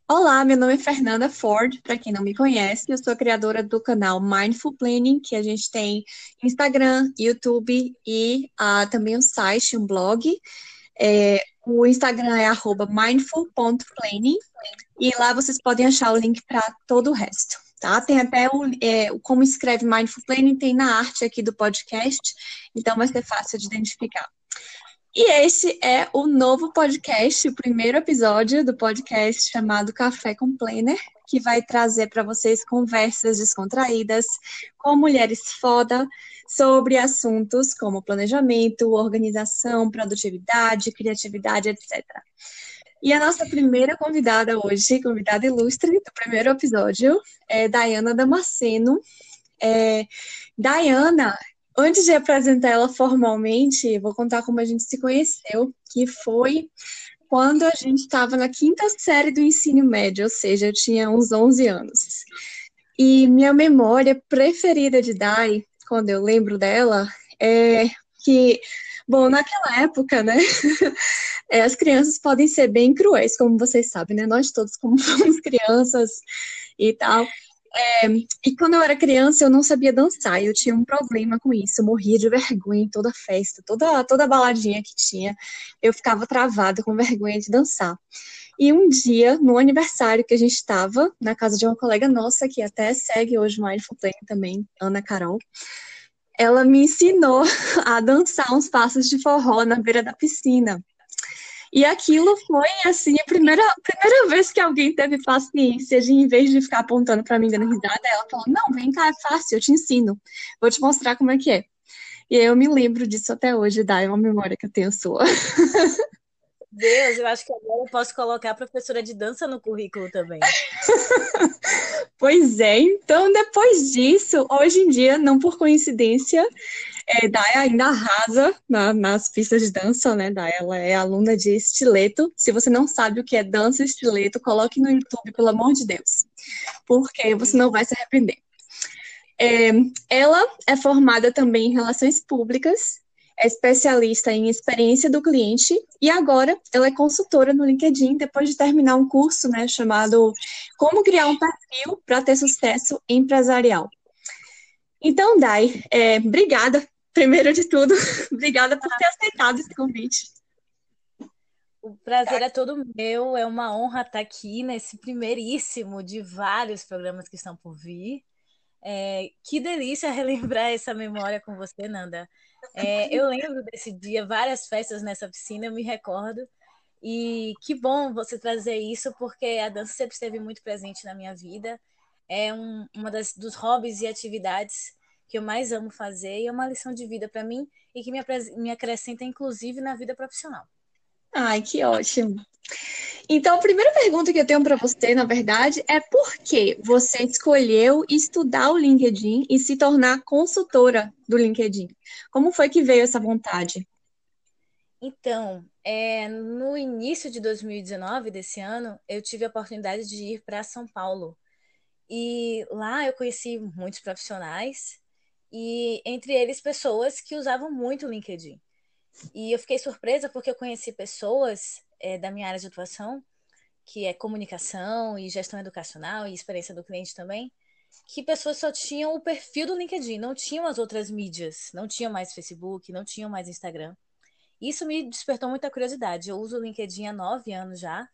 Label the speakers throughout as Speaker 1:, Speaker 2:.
Speaker 1: Olá, meu nome é Fernanda Ford, para quem não me conhece, eu sou a criadora do canal Mindful Planning, que a gente tem Instagram, YouTube e também um site, um blog. O Instagram é @mindful.planning e lá vocês podem achar o link para todo o resto, tá? Tem até como escreve Mindful Planning, tem na arte aqui do podcast, então vai ser fácil de identificar. E esse é o novo podcast, o primeiro episódio do podcast chamado Café com Planner, que vai trazer para vocês conversas descontraídas com mulheres foda sobre assuntos como planejamento, organização, produtividade, criatividade, etc. E a nossa primeira convidada hoje, convidada ilustre do primeiro episódio, é Daiana Damasceno. É, Daiana, antes de apresentar ela formalmente, vou contar como a gente se conheceu, que foi quando a gente estava na quinta série do ensino médio, ou seja, eu tinha uns 11 anos. E minha memória preferida de Dai, quando eu lembro dela, é que, bom, naquela época, né, as crianças podem ser bem cruéis, como vocês sabem, né? Nós todos, como somos crianças e tal. E quando eu era criança, eu não sabia dançar, e eu tinha um problema com isso. Eu morria de vergonha em toda festa, toda baladinha que tinha, eu ficava travada com vergonha de dançar. E um dia, no aniversário que a gente estava, na casa de uma colega nossa, que até segue hoje o Mindful Play também, Ana Carol, ela me ensinou a dançar uns passos de forró na beira da piscina. E aquilo foi, assim, a primeira vez que alguém teve paciência de, em vez de ficar apontando para mim dando risada, ela falou: Não, vem cá, é fácil, eu te ensino. Vou te mostrar como é que é. E aí eu me lembro disso até hoje, Dai, é uma memória que eu tenho sua.
Speaker 2: Deus, eu acho que agora eu posso colocar a professora de dança no currículo também.
Speaker 1: Pois é, então depois disso, hoje em dia, não por coincidência, Dai ainda arrasa nas pistas de dança, né? Dai, ela é aluna de estileto. Se você não sabe o que é dança e estileto, coloque no YouTube, pelo amor de Deus, porque você não vai se arrepender. É, ela é formada também em relações públicas, é especialista em experiência do cliente e agora ela é consultora no LinkedIn depois de terminar um curso, né, chamado Como Criar um Perfil para ter Sucesso Empresarial. Então, Dai, obrigada, primeiro de tudo, obrigada por ter aceitado esse convite.
Speaker 2: O prazer é todo meu, é uma honra estar aqui nesse primeiríssimo de vários programas que estão por vir. Que delícia relembrar essa memória com você, Nanda. Eu lembro desse dia, várias festas nessa piscina, eu me recordo. E que bom você trazer isso, porque a dança sempre esteve muito presente na minha vida. É uma dos hobbies e atividades que eu mais amo fazer e é uma lição de vida para mim e que me acrescenta, inclusive, na vida profissional.
Speaker 1: Ai, que ótimo. Então, a primeira pergunta que eu tenho para você, na verdade, é por que você escolheu estudar o LinkedIn e se tornar consultora do LinkedIn? Como foi que veio essa vontade?
Speaker 2: Então, no início de 2019, desse ano, eu tive a oportunidade de ir para São Paulo. E lá eu conheci muitos profissionais e, entre eles, pessoas que usavam muito o LinkedIn. E eu fiquei surpresa porque eu conheci pessoas da minha área de atuação, que é comunicação e gestão educacional e experiência do cliente também, que pessoas só tinham o perfil do LinkedIn, não tinham as outras mídias, não tinham mais Facebook, não tinham mais Instagram. Isso me despertou muita curiosidade. Eu uso o LinkedIn há 9 anos já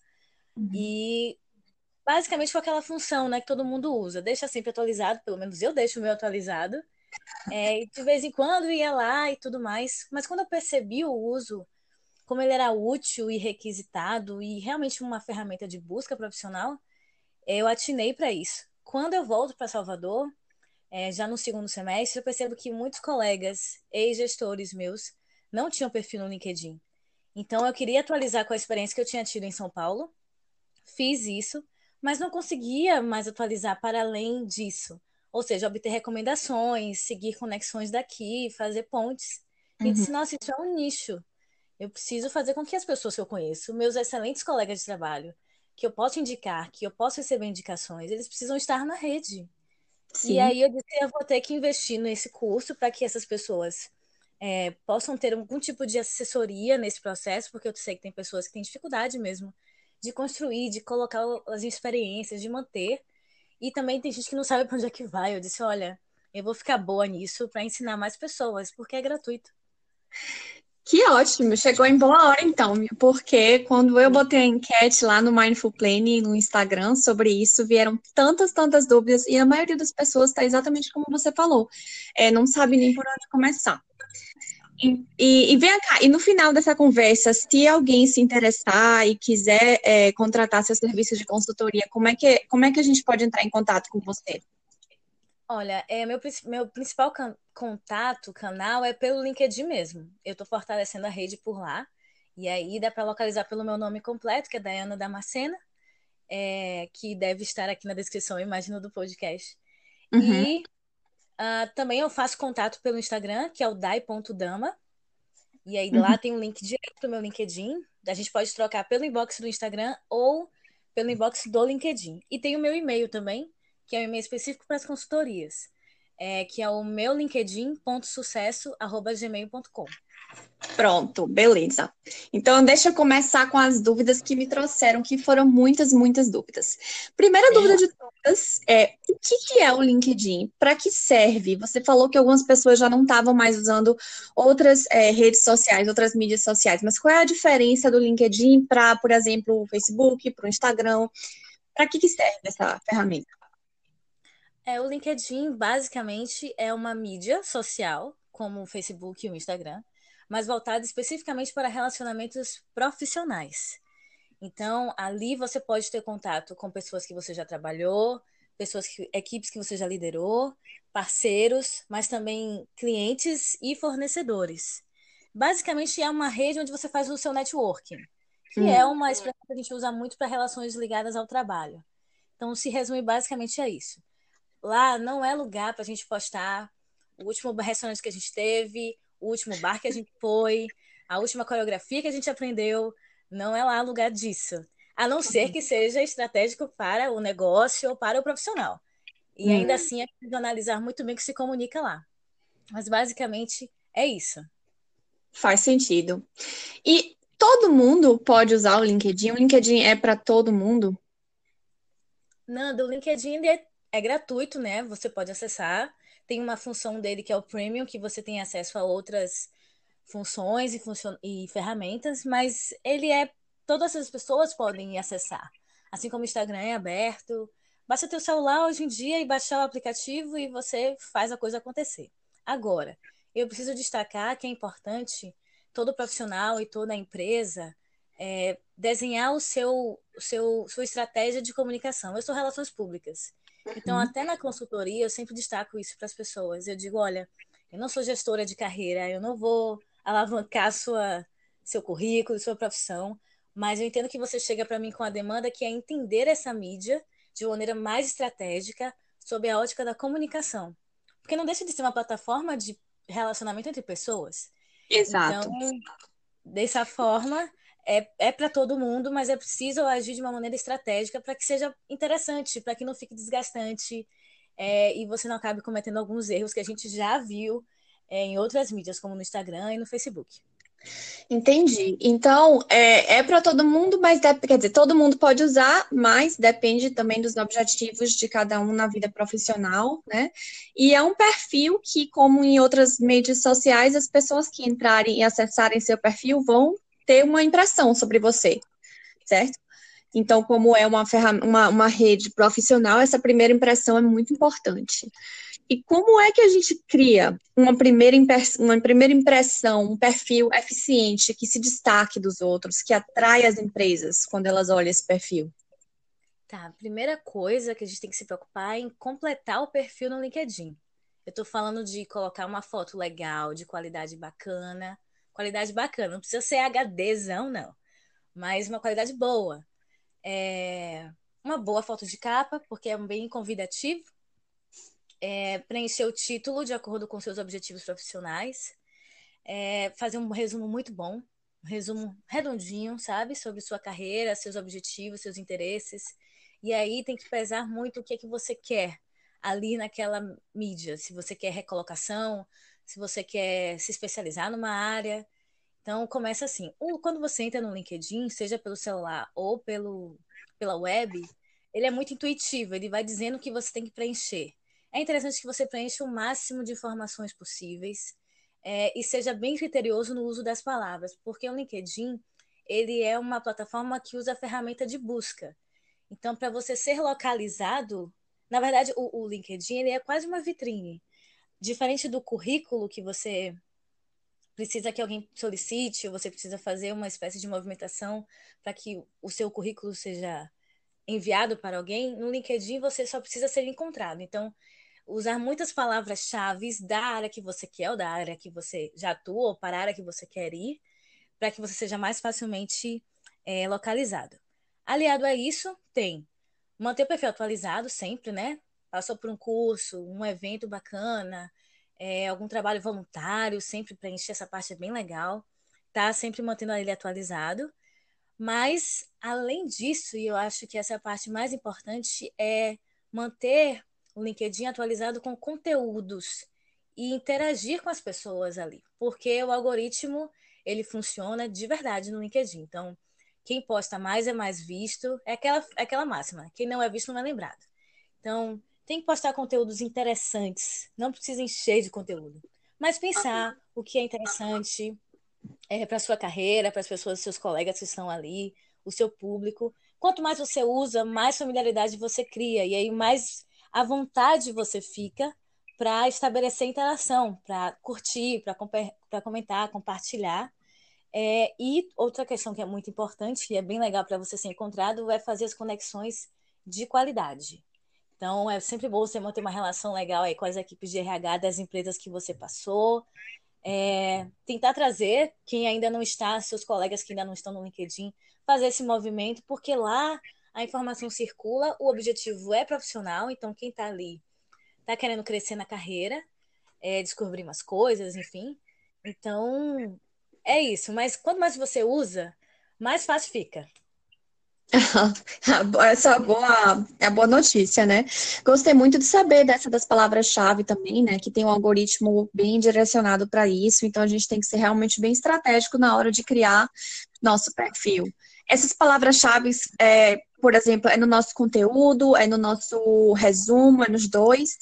Speaker 2: e basicamente com aquela função, né, que todo mundo usa. Deixa sempre atualizado, pelo menos eu deixo o meu atualizado. E de vez em quando ia lá e tudo mais. Mas quando eu percebi o uso, como ele era útil e requisitado e realmente uma ferramenta de busca profissional, eu atinei para isso. Quando eu volto para Salvador, já no segundo semestre, eu percebo que muitos colegas, ex-gestores meus, não tinham perfil no LinkedIn. Então, eu queria atualizar com a experiência que eu tinha tido em São Paulo, fiz isso, mas não conseguia mais atualizar para além disso. Ou seja, obter recomendações, seguir conexões daqui, fazer pontes. E eu
Speaker 1: Uhum.
Speaker 2: disse, nossa, isso é um nicho. Eu preciso fazer com que as pessoas que eu conheço, meus excelentes colegas de trabalho, que eu posso indicar, que eu posso receber indicações, eles precisam estar na rede. E
Speaker 1: Sim.
Speaker 2: aí eu disse, eu vou ter que investir nesse curso para que essas pessoas possam ter algum tipo de assessoria nesse processo, porque eu sei que tem pessoas que têm dificuldade mesmo de construir, de colocar as experiências, de manter. E também tem gente que não sabe para onde é que vai. Eu disse, olha, eu vou ficar boa nisso para ensinar mais pessoas, porque é gratuito.
Speaker 1: Que ótimo, chegou em boa hora então, porque quando eu botei a enquete lá no Mindful Planning no Instagram sobre isso, vieram tantas dúvidas e a maioria das pessoas está exatamente como você falou, não sabe nem por onde começar. E vem cá, e no final dessa conversa, se alguém se interessar e quiser contratar seus serviços de consultoria, como é que a gente pode entrar em contato com você?
Speaker 2: Olha, meu principal contato, canal, é pelo LinkedIn mesmo. Eu estou fortalecendo a rede por lá. E aí dá para localizar pelo meu nome completo, que é Daiana Damascena, que deve estar aqui na descrição, eu imagino, do podcast.
Speaker 1: Uhum,
Speaker 2: E também eu faço contato pelo Instagram, que é o dai.dama. E aí lá
Speaker 1: uhum.
Speaker 2: tem um link direto pro meu LinkedIn. A gente pode trocar pelo inbox do Instagram ou pelo inbox do LinkedIn. E tem o meu e-mail também, que é um e-mail específico para as consultorias, que é o meu linkedin.sucesso@gmail.com.
Speaker 1: Pronto, beleza. Então, deixa eu começar com as dúvidas que me trouxeram, que foram muitas dúvidas. Primeira dúvida de todas é: o que é o LinkedIn? Para que serve? Você falou que algumas pessoas já não estavam mais usando outras redes sociais, outras mídias sociais, mas qual é a diferença do LinkedIn para, por exemplo, o Facebook, para o Instagram? Para que serve essa ferramenta?
Speaker 2: O LinkedIn basicamente é uma mídia social, como o Facebook e o Instagram, mas voltada especificamente para relacionamentos profissionais. Então, ali você pode ter contato com pessoas que você já trabalhou, equipes que você já liderou, parceiros, mas também clientes e fornecedores. Basicamente, é uma rede onde você faz o seu networking, que é uma expressão que a gente usa muito para relações ligadas ao trabalho. Então, se resume basicamente a isso. Lá não é lugar para a gente postar o último restaurante que a gente teve, o último bar que a gente foi, a última coreografia que a gente aprendeu. Não é lá lugar disso. A não ser que seja estratégico para o negócio ou para o profissional. E ainda assim é preciso analisar muito bem o que se comunica lá. Mas basicamente é isso.
Speaker 1: Faz sentido. E todo mundo pode usar o LinkedIn? O LinkedIn é para todo mundo?
Speaker 2: Nando, o LinkedIn é gratuito, né? Você pode acessar. Tem uma função dele que é o Premium, que você tem acesso a outras funções e ferramentas, mas todas as pessoas podem acessar. Assim como o Instagram é aberto, basta ter o celular hoje em dia e baixar o aplicativo e você faz a coisa acontecer. Agora, eu preciso destacar que é importante todo profissional e toda empresa desenhar sua estratégia de comunicação. Eu sou relações públicas. Então, até na consultoria, eu sempre destaco isso para as pessoas. Eu digo, olha, eu não sou gestora de carreira, eu não vou alavancar seu currículo, sua profissão, mas eu entendo que você chega para mim com a demanda que é entender essa mídia de maneira mais estratégica sob a ótica da comunicação. Porque não deixa de ser uma plataforma de relacionamento entre pessoas. Então,
Speaker 1: Exato.
Speaker 2: dessa forma, é para todo mundo, mas é preciso agir de uma maneira estratégica para que seja interessante, para que não fique desgastante, e você não acabe cometendo alguns erros que a gente já viu em outras mídias, como no Instagram e no Facebook.
Speaker 1: Entendi. Então, é para todo mundo, mas quer dizer, todo mundo pode usar, mas depende também dos objetivos de cada um na vida profissional, né? E é um perfil que, como em outras mídias sociais, as pessoas que entrarem e acessarem seu perfil vão ter uma impressão sobre você, certo? Então, como é uma rede profissional, essa primeira impressão é muito importante. E como é que a gente cria uma primeira impressão, um perfil eficiente que se destaque dos outros, que atrai as empresas quando elas olham esse perfil?
Speaker 2: Tá, a primeira coisa que a gente tem que se preocupar é em completar o perfil no LinkedIn. Eu estou falando de colocar uma foto legal, de qualidade bacana. Qualidade bacana, não precisa ser HDzão, não, mas uma qualidade boa. Uma boa foto de capa, porque é bem convidativo. Preencher o título de acordo com seus objetivos profissionais. Fazer um resumo muito bom, um resumo redondinho, sabe? Sobre sua carreira, seus objetivos, seus interesses. E aí tem que pesar muito o que é que você quer ali naquela mídia. Se você quer recolocação, se você quer se especializar numa área. Então, começa assim. Quando você entra no LinkedIn, seja pelo celular ou pela web, ele é muito intuitivo, ele vai dizendo o que você tem que preencher. É interessante que você preencha o máximo de informações possíveis, e seja bem criterioso no uso das palavras, porque o LinkedIn, ele é uma plataforma que usa a ferramenta de busca. Então, para você ser localizado, na verdade, o LinkedIn ele é quase uma vitrine. Diferente do currículo que você precisa que alguém solicite, ou você precisa fazer uma espécie de movimentação para que o seu currículo seja enviado para alguém, no LinkedIn você só precisa ser encontrado. Então, usar muitas palavras-chave da área que você quer, ou da área que você já atua, ou para a área que você quer ir, para que você seja mais facilmente localizado. Aliado a isso, tem manter o perfil atualizado sempre, né? Passou por um curso, um evento bacana, algum trabalho voluntário, sempre preencher essa parte é bem legal. Tá sempre mantendo ele atualizado. Mas, além disso, e eu acho que essa é a parte mais importante, é manter o LinkedIn atualizado com conteúdos e interagir com as pessoas ali. Porque o algoritmo, ele funciona de verdade no LinkedIn. Então, quem posta mais é mais visto. É aquela máxima. Quem não é visto não é lembrado. Então, tem que postar conteúdos interessantes. Não precisa encher de conteúdo. Mas pensar o que é interessante, para a sua carreira, para as pessoas, seus colegas que estão ali, o seu público. Quanto mais você usa, mais familiaridade você cria, e aí mais à vontade você fica para estabelecer interação, para curtir, para comentar, compartilhar. E outra questão que é muito importante, e é bem legal para você ser encontrado, é fazer as conexões de qualidade. Então, é sempre bom você manter uma relação legal aí com as equipes de RH das empresas que você passou, tentar trazer quem ainda não está, seus colegas que ainda não estão no LinkedIn, fazer esse movimento, porque lá a informação circula, o objetivo é profissional, então quem está ali está querendo crescer na carreira, descobrir umas coisas, enfim. Então, é isso. Mas quanto mais você usa, mais fácil fica.
Speaker 1: Essa é a boa notícia, né? Gostei muito de saber dessa das palavras-chave também, né? Que tem um algoritmo bem direcionado para isso, então a gente tem que ser realmente bem estratégico na hora de criar nosso perfil. Essas palavras-chave, por exemplo, é no nosso conteúdo, é no nosso resumo, é nos dois.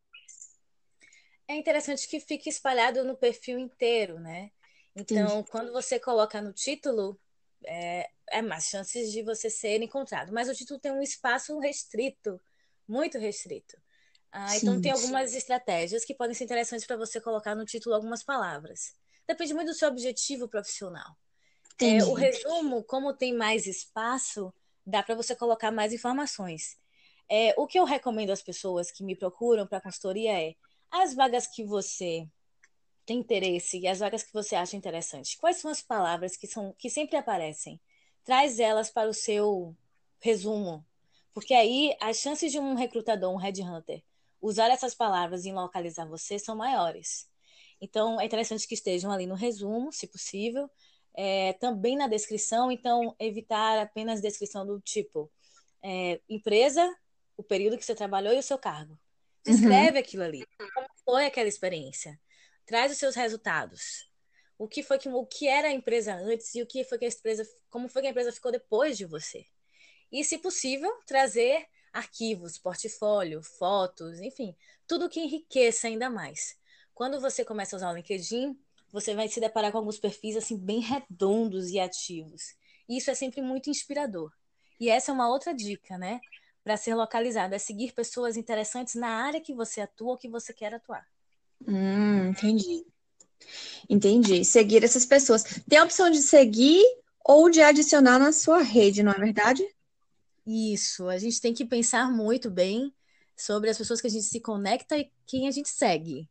Speaker 2: É interessante que fique espalhado no perfil inteiro, né?
Speaker 1: Entendi.
Speaker 2: Então, quando você coloca no título, é mais chances de você ser encontrado. Mas o título tem um espaço restrito, muito restrito. Então,
Speaker 1: Sim,
Speaker 2: tem algumas estratégias que podem ser interessantes para você colocar no título algumas palavras. Depende muito do seu objetivo profissional. O
Speaker 1: entendi.
Speaker 2: resumo, como tem mais espaço, dá para você colocar mais informações. O que eu recomendo às pessoas que me procuram para consultoria é as vagas que você tem interesse e as vagas que você acha interessante. Quais são as palavras que sempre aparecem? Traz elas para o seu resumo, porque aí as chances de um recrutador, um headhunter, usar essas palavras e localizar você são maiores. Então, é interessante que estejam ali no resumo, se possível, também na descrição. Então, evitar apenas descrição do tipo empresa, o período que você trabalhou e o seu cargo.
Speaker 1: Uhum.
Speaker 2: Descreve aquilo ali. Como foi aquela experiência? Traz os seus resultados. O que era a empresa antes e o que foi que a empresa, como foi que a empresa ficou depois de você? E, se possível, trazer arquivos, portfólio, fotos, enfim, tudo que enriqueça ainda mais. Quando você começa a usar o LinkedIn, você vai se deparar com alguns perfis assim bem redondos e ativos. E isso é sempre muito inspirador. E essa é uma outra dica, né? Para ser localizado, é seguir pessoas interessantes na área que você atua ou que você quer atuar.
Speaker 1: Entendi. Entendi. Seguir essas pessoas. Tem a opção de seguir ou de adicionar na sua rede, não é verdade?
Speaker 2: Isso, a gente tem que pensar muito bem sobre as pessoas que a gente se conecta e quem a gente segue.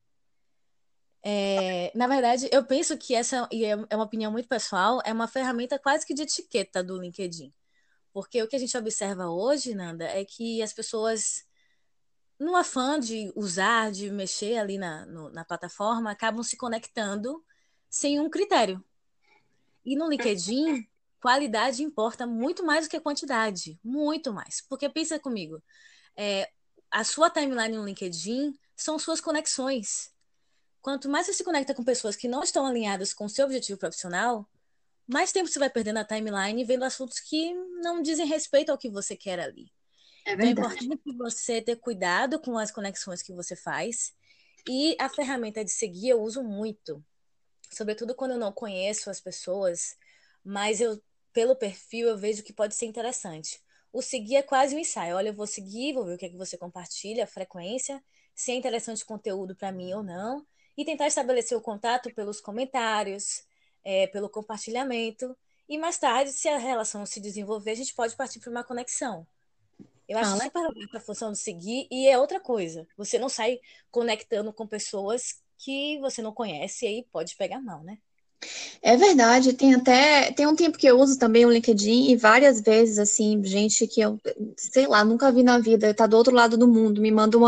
Speaker 2: Na verdade, eu penso que essa, e é uma opinião muito pessoal, é uma ferramenta quase que de etiqueta do LinkedIn. Porque o que a gente observa hoje, Nanda, é que as pessoas, no afã de usar, de mexer ali na plataforma, acabam se conectando sem um critério. E no LinkedIn, qualidade importa muito mais do que quantidade. Muito mais. Porque pensa comigo, é, a sua timeline no LinkedIn são suas conexões. quanto mais você se conecta com pessoas que não estão alinhadas com o seu objetivo profissional, mais tempo você vai perder na timeline vendo assuntos que não dizem respeito ao que você quer ali.
Speaker 1: É
Speaker 2: Então é
Speaker 1: verdade.
Speaker 2: importante você ter cuidado com as conexões que você faz. E a ferramenta de seguir eu uso muito, sobretudo quando eu não conheço as pessoas, mas eu, pelo perfil, eu vejo que pode ser interessante. O seguir é quase um ensaio. Olha, eu vou seguir, vou ver o que é que você compartilha, a frequência, se é interessante o conteúdo para mim ou não, e tentar estabelecer o contato pelos comentários, pelo compartilhamento. E mais tarde, se a relação se desenvolver, a gente pode partir para uma conexão. Eu acho
Speaker 1: Ah,
Speaker 2: super legal a função de seguir, e é outra coisa. Você não sai conectando com pessoas que você não conhece, e aí pode pegar mal, né?
Speaker 1: é verdade, tem um tempo que eu uso também o LinkedIn e várias vezes, assim, gente que eu, sei lá, nunca vi na vida, tá do outro lado do mundo, me manda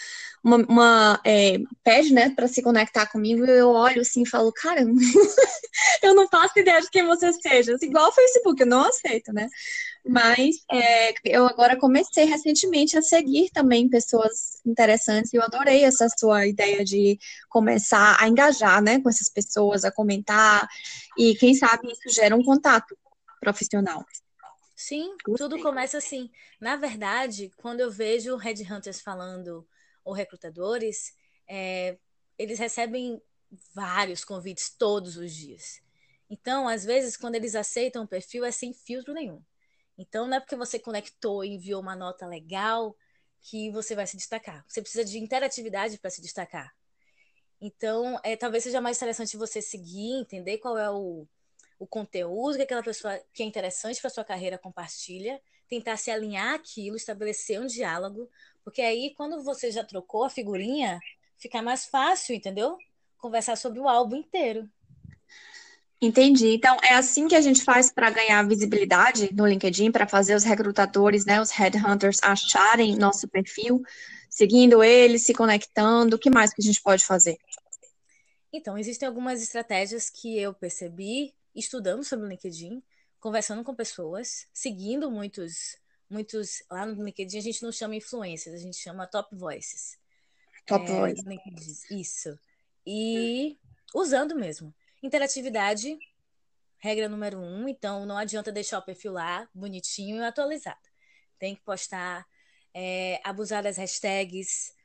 Speaker 1: pede, né, para se conectar comigo, e eu olho assim e falo, caramba, eu não faço ideia de quem você seja, assim, igual o Facebook, eu não aceito, né? Mas eu agora comecei recentemente a seguir também pessoas interessantes e eu adorei essa sua ideia de começar a engajar, né, com essas pessoas, a comentar e quem sabe isso gera um contato profissional.
Speaker 2: Sim, tudo
Speaker 1: Gostei.
Speaker 2: começa assim. Na verdade, quando eu vejo headhunters falando ou recrutadores, é, eles recebem vários convites todos os dias. Então, às vezes, quando eles aceitam o perfil, é sem filtro nenhum. Então, não é porque você conectou e enviou uma nota legal que você vai se destacar. Você precisa de interatividade para se destacar. Então, talvez seja mais interessante você seguir, entender qual é o conteúdo que aquela pessoa que é interessante para sua carreira compartilha, tentar se alinhar àquilo, estabelecer um diálogo, porque aí, quando você já trocou a figurinha, fica mais fácil, entendeu? Conversar sobre o álbum inteiro.
Speaker 1: Entendi. Então, é assim que a gente faz para ganhar visibilidade no LinkedIn, para fazer os recrutadores, né, os headhunters acharem nosso perfil, seguindo eles, se conectando. O que mais que a gente pode fazer?
Speaker 2: Então, existem algumas estratégias que eu percebi estudando sobre o LinkedIn, conversando com pessoas, seguindo muitos lá no LinkedIn a gente não chama influencers, a gente chama top voices.
Speaker 1: Top Voice.
Speaker 2: No LinkedIn. Isso. E usando mesmo. Interatividade, regra número um. Então, não adianta deixar o perfil lá bonitinho e atualizado. Tem que postar, abusar das hashtags,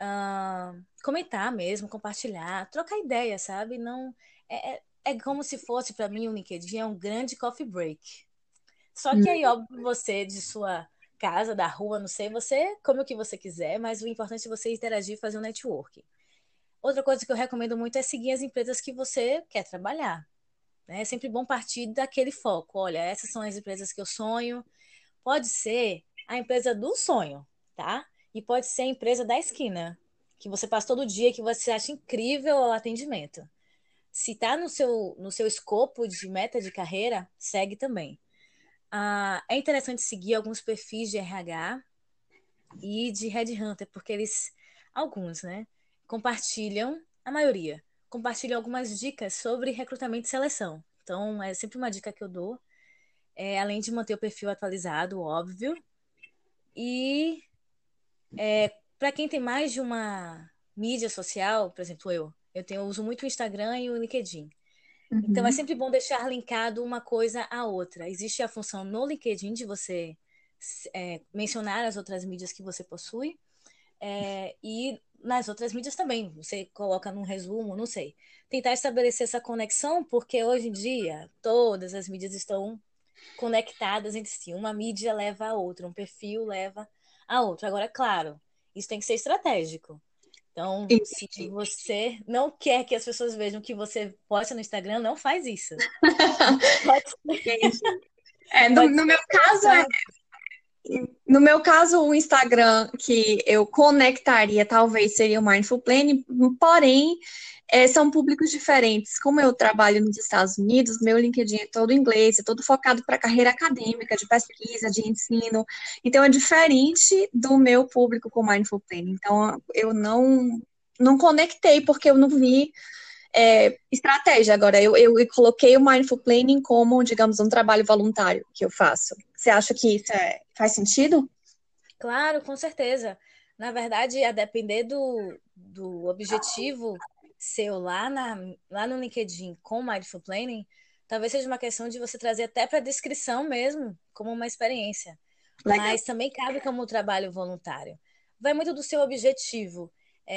Speaker 2: comentar mesmo, compartilhar, trocar ideia, sabe? Não é como se fosse para mim o LinkedIn é um grande coffee break. Só que aí, óbvio, você de sua casa, da rua, não sei, você come o que você quiser, mas o importante é você interagir e fazer um networking. Outra coisa que eu recomendo muito é seguir as empresas que você quer trabalhar. Né? É sempre bom partir daquele foco. Olha, essas são as empresas que eu sonho. Pode ser a empresa do sonho, tá? E pode ser a empresa da esquina, que você passa todo dia, que você acha incrível o atendimento. Se está no seu escopo de meta de carreira, segue também. É interessante seguir alguns perfis de RH e de Headhunter, porque alguns, né, compartilham, a maioria, compartilham algumas dicas sobre recrutamento e seleção. Então, é sempre uma dica que eu dou, além de manter o perfil atualizado, óbvio. E para quem tem mais de uma mídia social, por exemplo, eu uso muito o Instagram e o LinkedIn. Então, é
Speaker 1: Uhum.
Speaker 2: sempre bom deixar linkado uma coisa à outra. Existe a função no LinkedIn de você mencionar as outras mídias que você possui, e nas outras mídias também. Você coloca num resumo, não sei. Tentar estabelecer essa conexão, porque hoje em dia todas as mídias estão conectadas entre si. Uma mídia leva a outra, um perfil leva a outro. Agora, claro, isso tem que ser estratégico. Então, se
Speaker 1: Entendi.
Speaker 2: você não quer que as pessoas vejam que você posta no Instagram, não faz isso. Pode,
Speaker 1: Entendi. É, no,
Speaker 2: pode
Speaker 1: no
Speaker 2: ser
Speaker 1: meu caso,
Speaker 2: interessante.
Speaker 1: no meu caso, o Instagram que eu conectaria talvez seria o Mindful Planning, porém, são públicos diferentes. Como eu trabalho nos Estados Unidos, meu LinkedIn é todo em inglês, é todo focado para carreira acadêmica, de pesquisa, de ensino. Então, é diferente do meu público com Mindful Planning. Então, eu não conectei porque eu não vi estratégia. Agora, eu coloquei o Mindful Planning como, digamos, um trabalho voluntário que eu faço. Você acha que isso faz sentido?
Speaker 2: Claro, com certeza. Na verdade, a depender do objetivo seu lá no LinkedIn com Mindful Planning, talvez seja uma questão de você trazer até para a descrição mesmo, como uma experiência.
Speaker 1: Legal.
Speaker 2: Mas também cabe como trabalho voluntário. Vai muito do seu objetivo.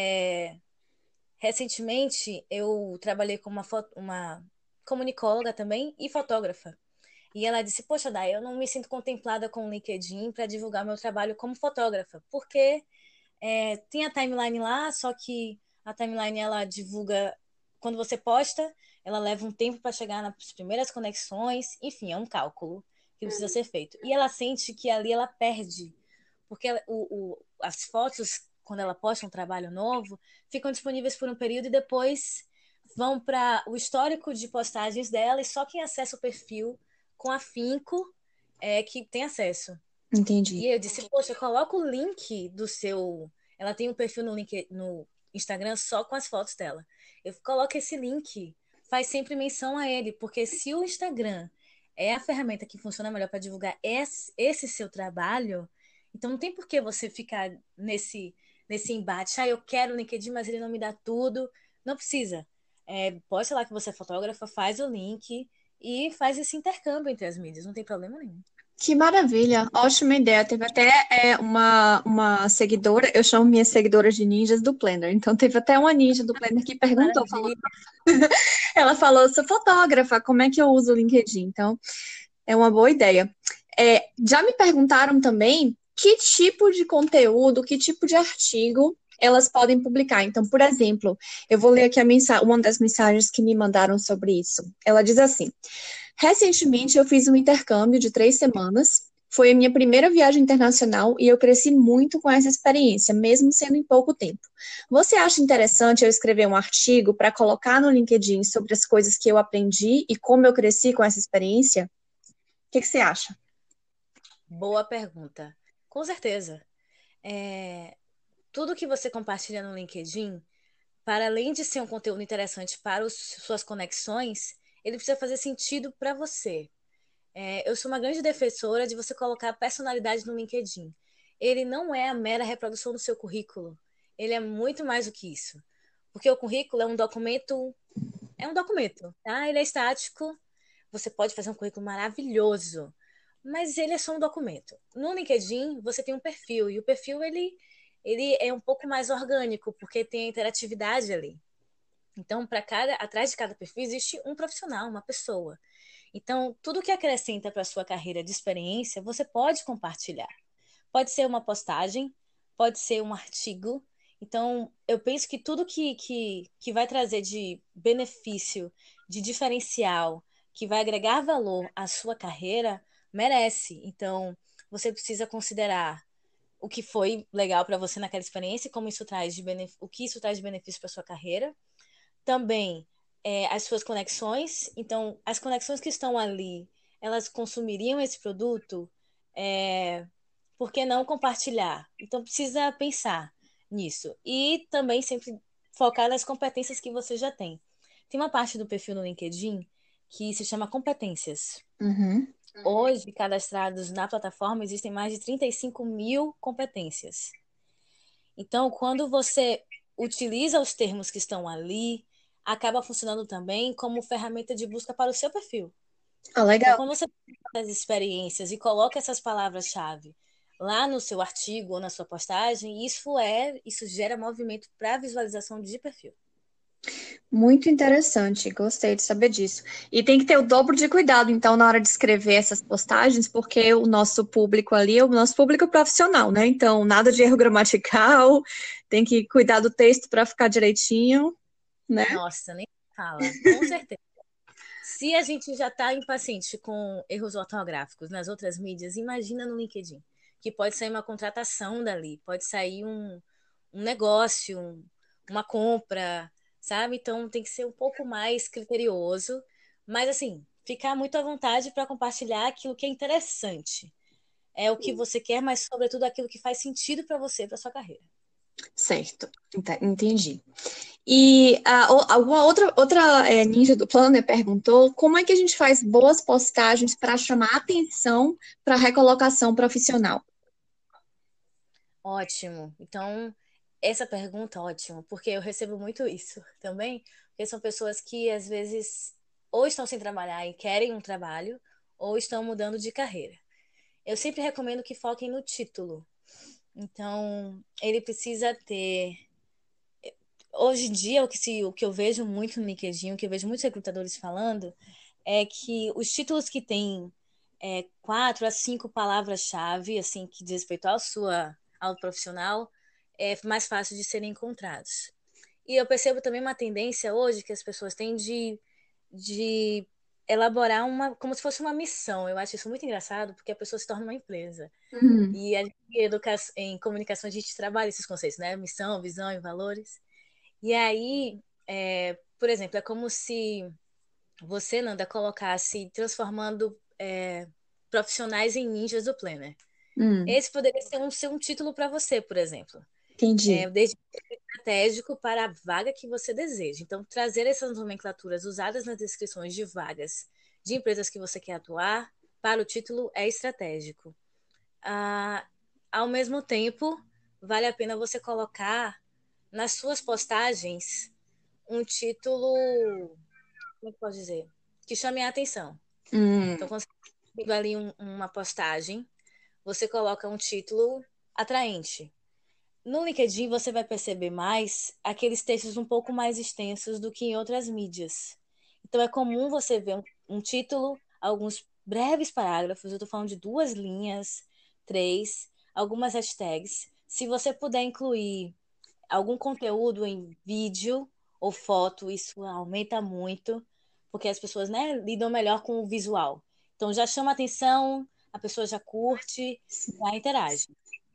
Speaker 2: Recentemente, eu trabalhei com uma comunicóloga também e fotógrafa. E ela disse: Poxa, Day, eu não me sinto contemplada com o LinkedIn para divulgar meu trabalho como fotógrafa, porque tem a timeline lá, só que a timeline ela divulga quando você posta, ela leva um tempo para chegar nas primeiras conexões, enfim, é um cálculo que precisa ser feito. E ela sente que ali ela perde, porque as fotos, quando ela posta um trabalho novo, ficam disponíveis por um período e depois vão para o histórico de postagens dela e só quem acessa o perfil com afinco é que tem acesso.
Speaker 1: Entendi.
Speaker 2: E eu disse, poxa, coloca o link do seu. Ela tem um perfil no Instagram só com as fotos dela. Eu coloco esse link, faz sempre menção a ele, porque se o Instagram é a ferramenta que funciona melhor para divulgar esse seu trabalho, então não tem por que você ficar nesse embate. Ah, eu quero o LinkedIn, mas ele não me dá tudo. Não precisa. Posta lá que você é fotógrafa, faz o link e faz esse intercâmbio entre as mídias, não tem problema nenhum.
Speaker 1: Que maravilha, ótima ideia. Teve até uma seguidora, eu chamo minha seguidora de ninjas do Planner. Então, teve até uma ninja do Planner que perguntou,
Speaker 2: Maravilha.
Speaker 1: ela falou, sou fotógrafa, como é que eu uso o LinkedIn? Então, é uma boa ideia. Já me perguntaram também que tipo de conteúdo, que tipo de artigo elas podem publicar. Então, por exemplo, eu vou ler aqui uma das mensagens que me mandaram sobre isso. Ela diz assim: recentemente eu fiz um intercâmbio de 3 semanas. Foi a minha primeira viagem internacional e eu cresci muito com essa experiência, mesmo sendo em pouco tempo. Você acha interessante eu escrever um artigo para colocar no LinkedIn sobre as coisas que eu aprendi e como eu cresci com essa experiência? O que você acha?
Speaker 2: Boa pergunta. Com certeza. É, tudo que você compartilha no LinkedIn, para além de ser um conteúdo interessante para suas conexões, ele precisa fazer sentido para você. Eu sou uma grande defensora de você colocar personalidade no LinkedIn. Ele não é a mera reprodução do seu currículo. Ele é muito mais do que isso. Porque o currículo é um documento, tá? Ele é estático. Você pode fazer um currículo maravilhoso, mas ele é só um documento. No LinkedIn, você tem um perfil, e o perfil ele é um pouco mais orgânico, porque tem a interatividade ali. Então, atrás de cada perfil existe um profissional, uma pessoa. Então, tudo que acrescenta para a sua carreira de experiência, você pode compartilhar. Pode ser uma postagem, pode ser um artigo. Então, eu penso que tudo que vai trazer de benefício, de diferencial, que vai agregar valor à sua carreira, merece. Então, você precisa considerar o que foi legal para você naquela experiência, como isso traz o que isso traz de benefício para sua carreira. Também as suas conexões. Então, as conexões que estão ali, elas consumiriam esse produto? É, por que não compartilhar? Então, precisa pensar nisso. E também sempre focar nas competências que você já tem. Tem uma parte do perfil no LinkedIn que se chama competências.
Speaker 1: Uhum.
Speaker 2: Hoje, cadastrados na plataforma, existem mais de 35 mil competências. Então, quando você utiliza os termos que estão ali, acaba funcionando também como ferramenta de busca para o seu perfil.
Speaker 1: Ah,
Speaker 2: Então,
Speaker 1: legal.
Speaker 2: quando você faz as experiências e coloca essas palavras-chave lá no seu artigo ou na sua postagem, isso gera movimento para visualização de perfil.
Speaker 1: Muito interessante, gostei de saber disso. E tem que ter o dobro de cuidado, então, na hora de escrever essas postagens, porque o nosso público ali é o nosso público profissional, né? Então, nada de erro gramatical, tem que cuidar do texto para ficar direitinho, né?
Speaker 2: Nossa, nem fala, com certeza. Se a gente já está impaciente com erros ortográficos nas outras mídias, imagina no LinkedIn, que pode sair uma contratação dali, pode sair um negócio, uma compra, sabe? Então tem que ser um pouco mais criterioso, mas assim, ficar muito à vontade para compartilhar aquilo que é interessante. É o que você quer, mas sobretudo aquilo que faz sentido para você, para sua carreira.
Speaker 1: Certo, entendi. E alguma outra ninja do Planner perguntou como é que a gente faz boas postagens para chamar atenção para recolocação profissional.
Speaker 2: Ótimo. Então, Essa pergunta, ótimo, porque eu recebo muito isso também, porque são pessoas que às vezes ou estão sem trabalhar e querem um trabalho, ou estão mudando de carreira. Eu sempre recomendo que foquem no título. Então, ele precisa ter. Hoje em dia, o que eu vejo muito no LinkedIn, o que eu vejo muitos recrutadores falando, é que os títulos que têm 4 a 5 palavras-chave, assim, que diz respeito ao profissional, é mais fácil de serem encontrados. E eu percebo também uma tendência hoje que as pessoas têm de elaborar como se fosse uma missão. Eu acho isso muito engraçado, porque a pessoa se torna uma empresa.
Speaker 1: Uhum.
Speaker 2: E em comunicação a gente trabalha esses conceitos, né? Missão, visão e valores. E aí, por exemplo, é como se você, Nanda, colocasse transformando profissionais em ninjas do Planner.
Speaker 1: Hum,
Speaker 2: Esse poderia ser um título para você, por exemplo.
Speaker 1: entendi.
Speaker 2: Desde estratégico para a vaga que você deseja. Então, trazer essas nomenclaturas usadas nas descrições de vagas de empresas que você quer atuar para o título é estratégico. Ao mesmo tempo, vale a pena você colocar nas suas postagens um título, como é que pode dizer? Que chame a atenção.
Speaker 1: Hum,
Speaker 2: Então, quando você pega ali uma postagem, você coloca um título atraente. No LinkedIn, você vai perceber mais aqueles textos um pouco mais extensos do que em outras mídias. Então, é comum você ver um título, alguns breves parágrafos, eu estou falando de 2 linhas, 3, algumas hashtags. Se você puder incluir algum conteúdo em vídeo ou foto, isso aumenta muito, porque as pessoas, né, lidam melhor com o visual. Então, já chama atenção, a pessoa já curte, já interage.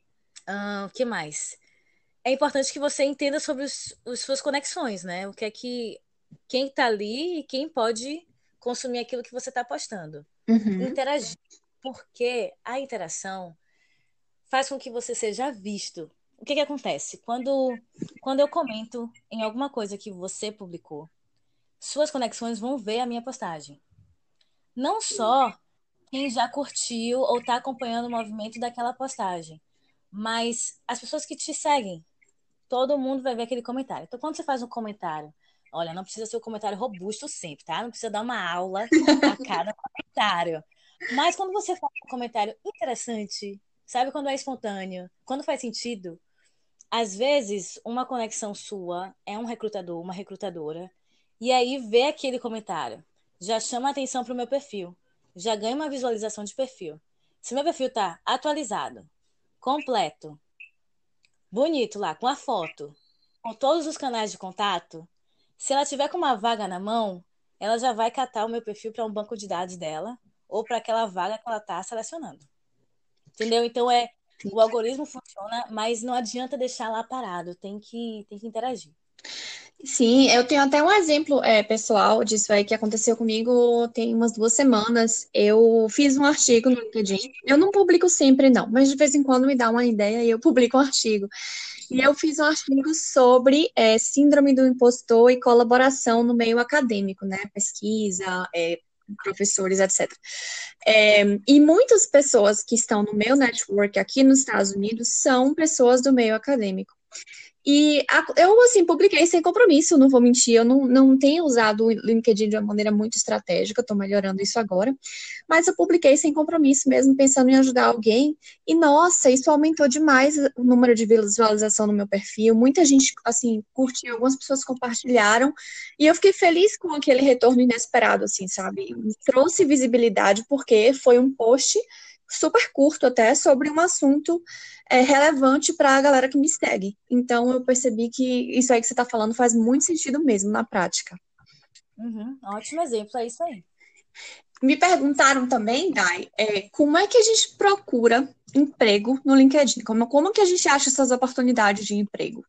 Speaker 2: O que mais? É importante que você entenda sobre as suas conexões, né? O que é que quem está ali e quem pode consumir aquilo que você está postando.
Speaker 1: uhum.
Speaker 2: Interagir, porque a interação faz com que você seja visto. O que que acontece? Quando eu comento em alguma coisa que você publicou, suas conexões vão ver a minha postagem. Não só quem já curtiu ou está acompanhando o movimento daquela postagem, mas as pessoas que te seguem. Todo mundo vai ver aquele comentário. Então, quando você faz um comentário, olha, não precisa ser um comentário robusto sempre, tá? Não precisa dar uma aula a cada comentário. Mas quando você faz um comentário interessante, sabe quando é espontâneo, quando faz sentido, às vezes uma conexão sua é um recrutador, uma recrutadora, e aí vê aquele comentário, já chama a atenção para o meu perfil, já ganha uma visualização de perfil. Se meu perfil tá atualizado, completo, bonito lá, com a foto, com todos os canais de contato, se ela tiver com uma vaga na mão, ela já vai catar o meu perfil para um banco de dados dela ou para aquela vaga que ela está selecionando. Entendeu? Então o algoritmo funciona, mas não adianta deixar lá parado, tem que interagir.
Speaker 1: Sim, eu tenho até um exemplo pessoal disso aí que aconteceu comigo tem umas 2 semanas. Eu fiz um artigo no LinkedIn. Eu não publico sempre, não, mas de vez em quando me dá uma ideia e eu publico um artigo. E eu fiz um artigo sobre síndrome do impostor e colaboração no meio acadêmico, né? Pesquisa, professores, etc. E muitas pessoas que estão no meu network aqui nos Estados Unidos são pessoas do meio acadêmico. E eu, assim, publiquei sem compromisso, não vou mentir, eu não tenho usado o LinkedIn de uma maneira muito estratégica, estou melhorando isso agora, mas eu publiquei sem compromisso mesmo, pensando em ajudar alguém, e nossa, isso aumentou demais o número de visualização no meu perfil, muita gente, assim, curtiu, algumas pessoas compartilharam, e eu fiquei feliz com aquele retorno inesperado, assim, sabe? Me trouxe visibilidade, porque foi um post super curto até, sobre um assunto relevante para a galera que me segue. Então, eu percebi que isso aí que você está falando faz muito sentido mesmo na prática.
Speaker 2: Uhum, ótimo exemplo, é isso aí.
Speaker 1: Me perguntaram também, Dai, como é que a gente procura emprego no LinkedIn? Como que a gente acha essas oportunidades de emprego?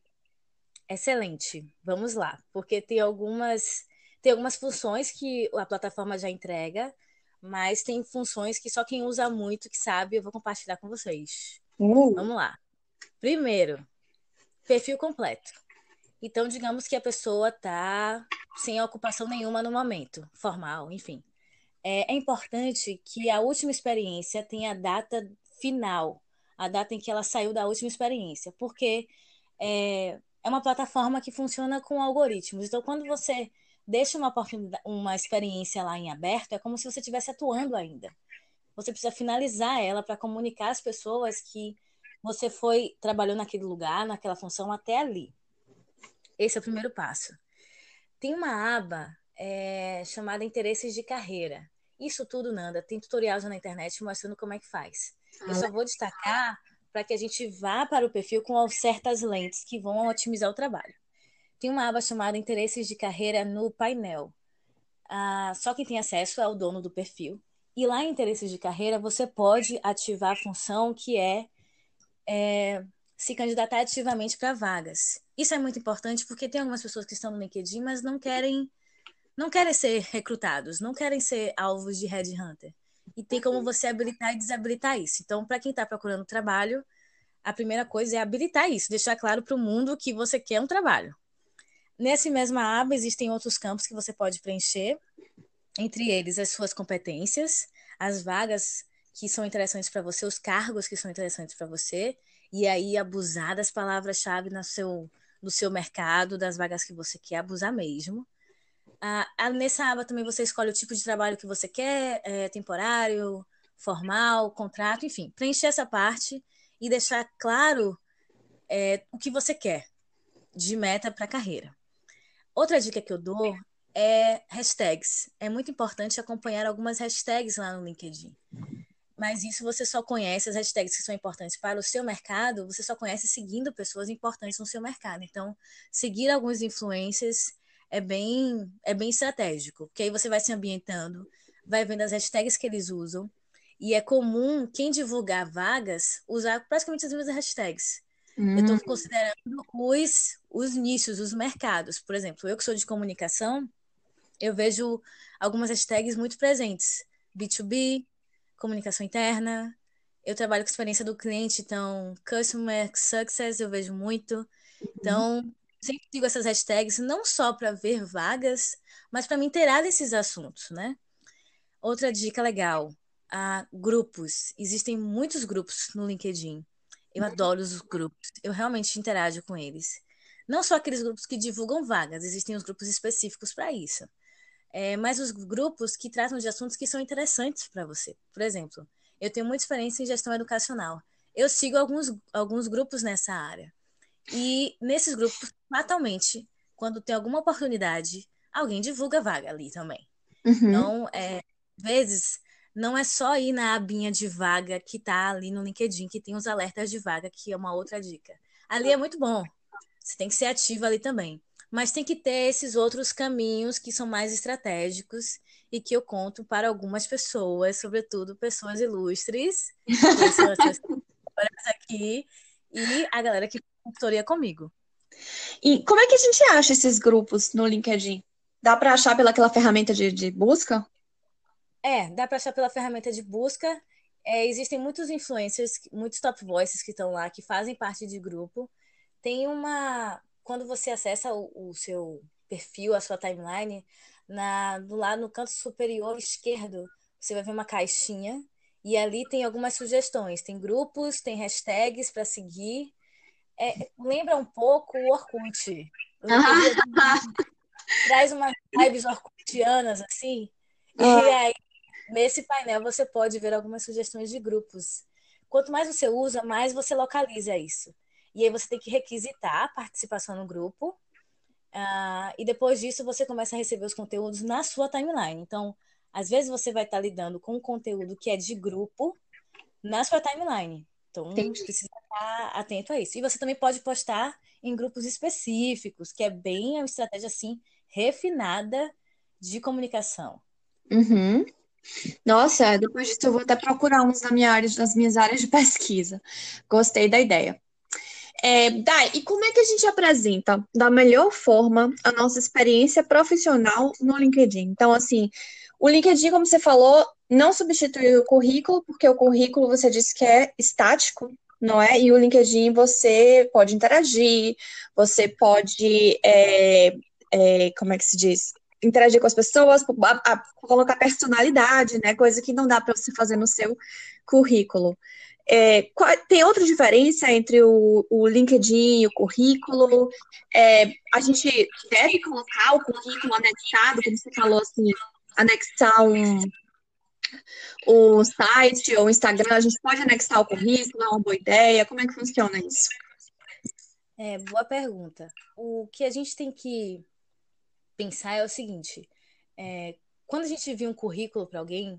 Speaker 2: Excelente. Vamos lá, porque tem algumas funções que a plataforma já entrega, mas tem funções que só quem usa muito que sabe, eu vou compartilhar com vocês.
Speaker 1: Uh,
Speaker 2: Vamos lá. Primeiro, perfil completo. Então, digamos que a pessoa está sem ocupação nenhuma no momento, formal, enfim. É importante que a última experiência tenha a data final, a data em que ela saiu da última experiência, porque é uma plataforma que funciona com algoritmos. Então, quando você deixa uma oportunidade, uma experiência lá em aberto, é como se você estivesse atuando ainda. Você precisa finalizar ela para comunicar às pessoas que você trabalhou naquele lugar, naquela função até ali. Esse é o primeiro passo. Tem uma aba chamada Interesses de Carreira. Isso tudo, Nanda, tem tutorial já na internet mostrando como é que faz. Eu só vou destacar para que a gente vá para o perfil com certas lentes que vão otimizar o trabalho. Tem uma aba chamada Interesses de Carreira no painel. Só quem tem acesso é o dono do perfil. E lá em Interesses de Carreira, você pode ativar a função que se candidatar ativamente para vagas. Isso é muito importante porque tem algumas pessoas que estão no LinkedIn, mas não querem ser recrutados, não querem ser alvos de headhunter. E tem como você habilitar e desabilitar isso. Então, para quem está procurando trabalho, a primeira coisa é habilitar isso, deixar claro para o mundo que você quer um trabalho. Nessa mesma aba, existem outros campos que você pode preencher, entre eles as suas competências, as vagas que são interessantes para você, os cargos que são interessantes para você, e aí abusar das palavras-chave no seu mercado, das vagas que você quer, abusar mesmo. Nessa aba também você escolhe o tipo de trabalho que você quer, temporário, formal, contrato, enfim. Preencher essa parte e deixar claro o que você quer de meta para a carreira. Outra dica que eu dou é hashtags. É muito importante acompanhar algumas hashtags lá no LinkedIn. Mas isso você só conhece, as hashtags que são importantes para o seu mercado, você só conhece seguindo pessoas importantes no seu mercado. Então, seguir alguns influencers é bem estratégico, porque aí você vai se ambientando, vai vendo as hashtags que eles usam, e é comum quem divulgar vagas usar praticamente as mesmas hashtags. Eu estou considerando os nichos, os mercados. Por exemplo, eu que sou de comunicação, eu vejo algumas hashtags muito presentes. B2B, comunicação interna. Eu trabalho com experiência do cliente, então Customer Success eu vejo muito. Então, sempre digo essas hashtags não só para ver vagas, mas para me inteirar desses assuntos, né? Outra dica legal, grupos. Existem muitos grupos no LinkedIn. Eu adoro os grupos. Eu realmente interajo com eles. Não só aqueles grupos que divulgam vagas, existem os grupos específicos para isso. Mas os grupos que tratam de assuntos que são interessantes para você. Por exemplo, eu tenho muita experiência em gestão educacional. Eu sigo alguns grupos nessa área. E nesses grupos, fatalmente, quando tem alguma oportunidade, alguém divulga vaga ali também.
Speaker 1: Uhum.
Speaker 2: Então, às vezes, não é só ir na abinha de vaga que tá ali no LinkedIn, que tem os alertas de vaga, que é uma outra dica. Ali é muito bom. Você tem que ser ativo ali também. Mas tem que ter esses outros caminhos que são mais estratégicos e que eu conto para algumas pessoas, sobretudo pessoas ilustres, que são essas pessoas aqui, e a galera que consultoria comigo.
Speaker 1: E como é que a gente acha esses grupos no LinkedIn? Dá para achar pelaquela ferramenta de busca?
Speaker 2: Dá para achar pela ferramenta de busca. Existem muitos influencers, muitos top voices que estão lá, que fazem parte de grupo. Tem uma. Quando você acessa o seu perfil, a sua timeline, do lado no canto superior esquerdo, você vai ver uma caixinha. E ali tem algumas sugestões. Tem grupos, tem hashtags para seguir. Lembra um pouco o Orkut. O LinkedIn às vezes, traz umas vibes orkutianas, assim. E
Speaker 1: Ah,
Speaker 2: aí nesse painel você pode ver algumas sugestões de grupos. Quanto mais você usa, mais você localiza isso. E aí você tem que requisitar a participação no grupo. E depois disso você começa a receber os conteúdos na sua timeline. Então, às vezes você vai estar lidando com um conteúdo que é de grupo na sua timeline. Então,
Speaker 1: entendi.
Speaker 2: precisa estar atento a isso. E você também pode postar em grupos específicos, que é bem uma estratégia assim refinada de comunicação.
Speaker 1: Uhum. Nossa, depois disso eu vou até procurar uns nas minhas áreas de pesquisa. Gostei da ideia. Dai, e como é que a gente apresenta da melhor forma a nossa experiência profissional no LinkedIn? Então, assim, o LinkedIn, como você falou, não substitui o currículo, porque o currículo você disse que é estático, não é? E o LinkedIn você pode interagir, você pode, como é que se diz? Interagir com as pessoas, colocar personalidade, né? Coisa que não dá para você fazer no seu currículo. Tem outra diferença entre o LinkedIn e o currículo? A gente deve colocar o currículo anexado, como você falou, assim, anexar o site ou o Instagram, a gente pode anexar o currículo, é uma boa ideia? Como é que funciona isso?
Speaker 2: Boa pergunta. O que a gente tem que pensar é o seguinte: quando a gente envia um currículo para alguém,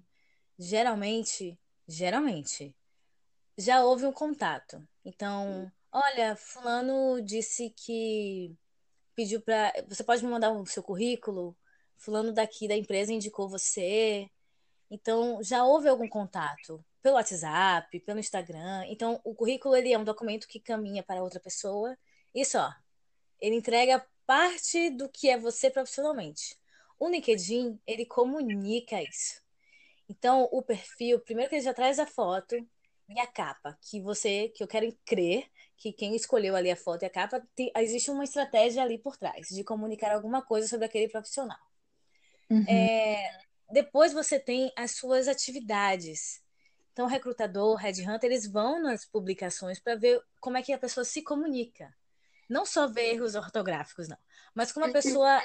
Speaker 2: geralmente, já houve um contato. Então, olha, fulano disse que pediu para. Você pode me mandar o seu currículo? Fulano daqui da empresa indicou você. Então, já houve algum contato pelo WhatsApp, pelo Instagram. Então, o currículo ele é um documento que caminha para outra pessoa e só. Ele entrega parte do que é você profissionalmente. O LinkedIn, ele comunica isso. Então, o perfil, primeiro que ele já traz a foto e a capa, que eu quero crer que quem escolheu ali a foto e a capa, existe uma estratégia ali por trás, de comunicar alguma coisa sobre aquele profissional.
Speaker 1: Uhum,
Speaker 2: Depois você tem as suas atividades. Então, o recrutador, o headhunter, eles vão nas publicações para ver como é que a pessoa se comunica. Não só ver erros ortográficos, não, mas como a pessoa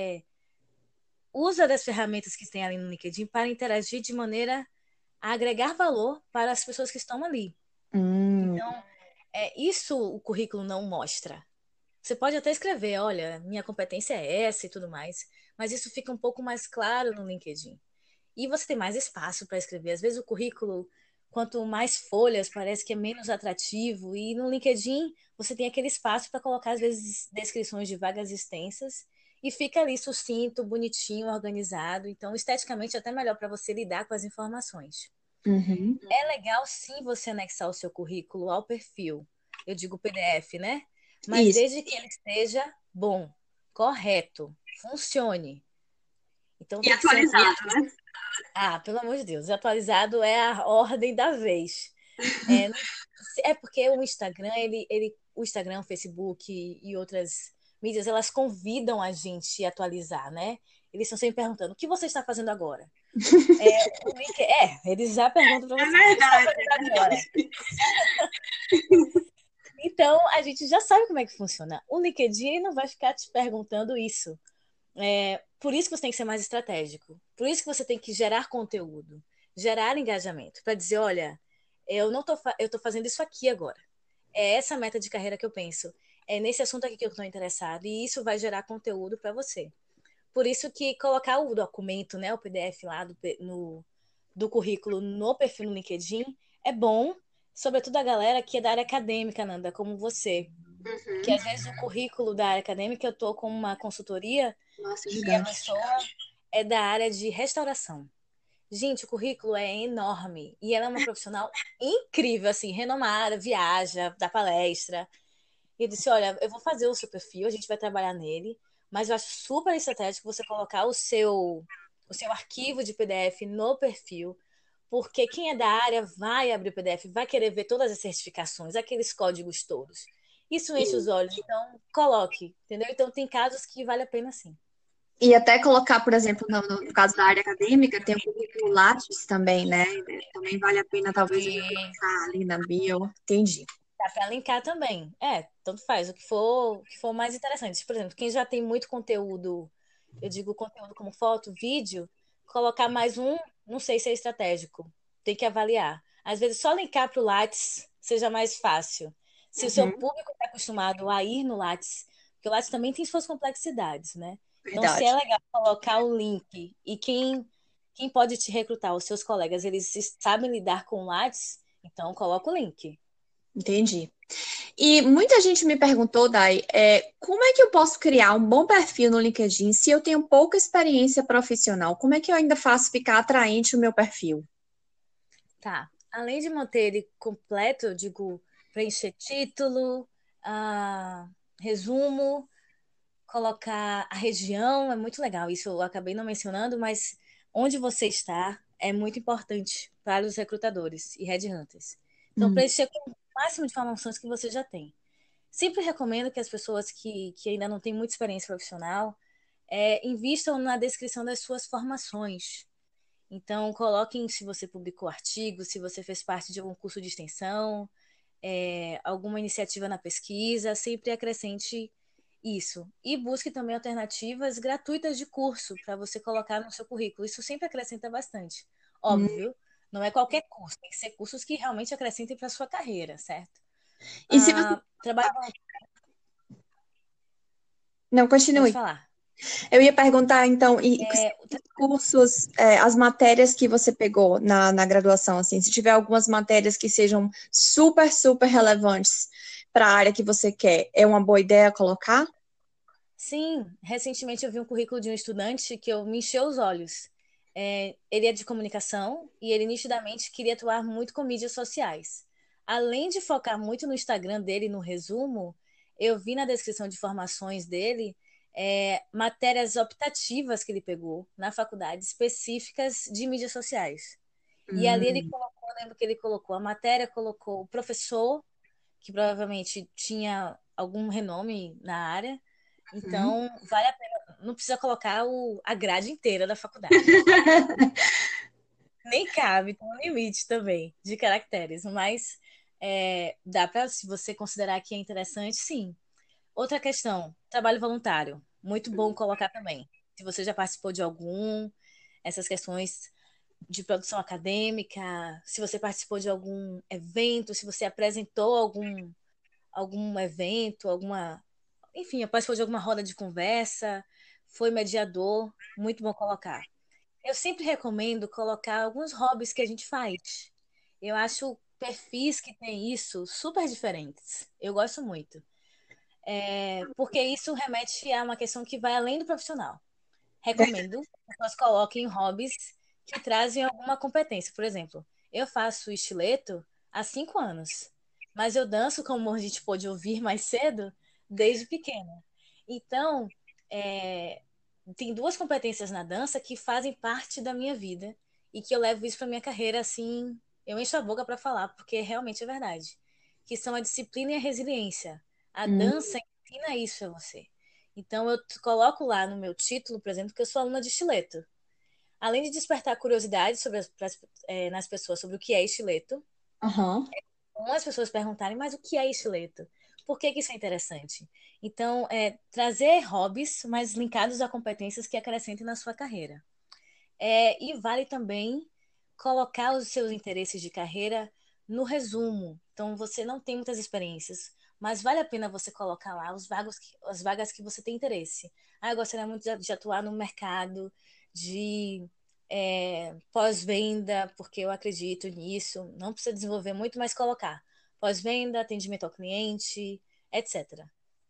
Speaker 2: usa das ferramentas que tem ali no LinkedIn para interagir de maneira a agregar valor para as pessoas que estão ali.
Speaker 1: hum,
Speaker 2: Então, isso o currículo não mostra. Você pode até escrever, olha, minha competência é essa e tudo mais, mas isso fica um pouco mais claro no LinkedIn. E você tem mais espaço para escrever. Às vezes o currículo, quanto mais folhas, parece que é menos atrativo. E no LinkedIn você tem aquele espaço para colocar, às vezes, descrições de vagas extensas e fica ali sucinto, bonitinho, organizado. Então, esteticamente, é até melhor para você lidar com as informações.
Speaker 1: uhum.
Speaker 2: É legal sim você anexar o seu currículo ao perfil. Eu digo PDF, né? Mas
Speaker 1: Isso.
Speaker 2: desde que ele esteja bom, correto, funcione. Então
Speaker 1: E
Speaker 2: tem que ser um currículo.
Speaker 1: atualizado, né?
Speaker 2: Pelo amor de Deus, atualizado é a ordem da vez. É, é porque o Instagram, o Instagram, o Facebook e outras mídias, elas convidam a gente a atualizar, né? Eles estão sempre perguntando: o que você está fazendo agora? Eles já perguntam para
Speaker 1: É
Speaker 2: você: o que você está
Speaker 1: verdade.
Speaker 2: fazendo agora? Então, a gente já sabe como é que funciona. O LinkedIn não vai ficar te perguntando isso. Por isso que você tem que ser mais estratégico. Por isso que você tem que gerar conteúdo, gerar engajamento, para dizer, olha, eu tô fazendo isso aqui agora. É essa a meta de carreira que eu penso. É nesse assunto aqui que eu estou interessado. E isso vai gerar conteúdo para você. Por isso que colocar o documento, né, o PDF lá do currículo no perfil no LinkedIn é bom, sobretudo a galera que é da área acadêmica, Nanda, como você. Que
Speaker 1: Uhum.
Speaker 2: às vezes o currículo da área acadêmica, eu estou com uma consultoria
Speaker 1: Nossa,
Speaker 2: e a
Speaker 1: gigante.
Speaker 2: pessoa é da área de restauração. Gente, o currículo é enorme e ela é uma profissional incrível, assim, renomada, viaja, dá palestra. E eu disse: olha, eu vou fazer o seu perfil, a gente vai trabalhar nele, mas eu acho super estratégico você colocar o seu arquivo de PDF no perfil, porque quem é da área vai abrir o PDF, vai querer ver todas as certificações, aqueles códigos todos. Isso enche os
Speaker 1: Sim.
Speaker 2: olhos, então coloque, entendeu? Então tem casos que vale a pena sim.
Speaker 1: E até colocar, por exemplo, no caso da área acadêmica, tem o currículo Lattes também, né? Também vale a pena, talvez, a gente
Speaker 2: E
Speaker 1: colocar ali na bio. Entendi.
Speaker 2: dá para linkar também. Tanto faz, o que for mais interessante. Por exemplo, quem já tem muito conteúdo, eu digo conteúdo como foto, vídeo, colocar mais um, não sei se é estratégico. Tem que avaliar. Às vezes, só linkar para o Lattes seja mais fácil. Se o seu
Speaker 1: Uhum,
Speaker 2: público está acostumado a ir no Lattes, porque o Lattes também tem suas complexidades, né? Então, se é
Speaker 1: verdade.
Speaker 2: legal colocar o link e quem pode te recrutar, os seus colegas, eles sabem lidar com o Lattes, então coloca o link.
Speaker 1: Entendi. E muita gente me perguntou, Dai, como é que eu posso criar um bom perfil no LinkedIn se eu tenho pouca experiência profissional? Como é que eu ainda faço ficar atraente o meu perfil?
Speaker 2: Tá. Além de manter ele completo, eu digo preencher título, resumo, colocar a região, é muito legal. Isso eu acabei não mencionando, mas onde você está é muito importante para os recrutadores e headhunters. Então,
Speaker 1: Hum,
Speaker 2: preencher com o máximo de informações que você já tem. Sempre recomendo que as pessoas que ainda não têm muita experiência profissional invistam na descrição das suas formações. Então, coloquem se você publicou artigo, se você fez parte de algum curso de extensão, alguma iniciativa na pesquisa, sempre acrescente isso. E busque também alternativas gratuitas de curso para você colocar no seu currículo. Isso sempre acrescenta bastante.
Speaker 1: Hum.
Speaker 2: Óbvio, não é qualquer curso, tem que ser cursos que realmente acrescentem para a sua carreira, certo?
Speaker 1: E se você.
Speaker 2: Trabalho.
Speaker 1: Não,
Speaker 2: Pode
Speaker 1: continue.
Speaker 2: falar.
Speaker 1: Eu ia perguntar, então, e
Speaker 2: É,
Speaker 1: cursos, as matérias que você pegou na graduação, assim, se tiver algumas matérias que sejam super, super relevantes para a área que você quer, é uma boa ideia colocar?
Speaker 2: Sim, recentemente eu vi um currículo de um estudante que eu me encheu os olhos. Ele é de comunicação e ele nitidamente queria atuar muito com mídias sociais. Além de focar muito no Instagram dele, no resumo, eu vi na descrição de formações dele matérias optativas que ele pegou na faculdade, específicas de mídias sociais. E ali ele
Speaker 1: Hum.
Speaker 2: colocou, eu lembro que ele colocou a matéria, colocou o professor, que provavelmente tinha algum renome na área,
Speaker 1: Hum.
Speaker 2: então, vale a pena. Não precisa colocar a grade inteira da faculdade. Nem cabe, tem um limite também de caracteres, mas dá para, se você considerar que é interessante, sim. Outra questão, trabalho voluntário. Muito bom colocar também. Se você já participou de algum, essas questões de produção acadêmica, se você participou de algum evento, se você apresentou algum evento, enfim, participou de alguma roda de conversa, foi mediador, muito bom colocar. Eu sempre recomendo colocar alguns hobbies que a gente faz. Eu acho perfis que têm isso super diferentes. Eu gosto muito. Porque isso remete a uma questão que vai além do profissional. Recomendo que as pessoas coloquem hobbies que trazem alguma competência. Por exemplo, eu faço estileto há 5 anos, mas eu danço, como a gente pôde ouvir mais cedo, desde pequena. Então, é, tem duas competências na dança que fazem parte da minha vida e que eu levo isso para minha carreira assim, eu encho a boca para falar, porque realmente é verdade, que são a disciplina e a resiliência. A
Speaker 1: Hum.
Speaker 2: dança ensina isso a você. Então, eu coloco lá no meu título, por exemplo, que eu sou aluna de estileto. Além de despertar curiosidade nas pessoas sobre o que é estileto,
Speaker 1: Aham.
Speaker 2: algumas pessoas perguntarem, mas o que é estileto? Por que isso é interessante? Então, trazer hobbies, mas linkados a competências que acrescentem na sua carreira. E vale também colocar os seus interesses de carreira no resumo. Então, você não tem muitas experiências, mas vale a pena você colocar lá as vagas que você tem interesse. Eu gostaria muito de atuar no mercado de pós-venda, porque eu acredito nisso. Não precisa desenvolver muito, mas colocar pós-venda, atendimento ao cliente, etc.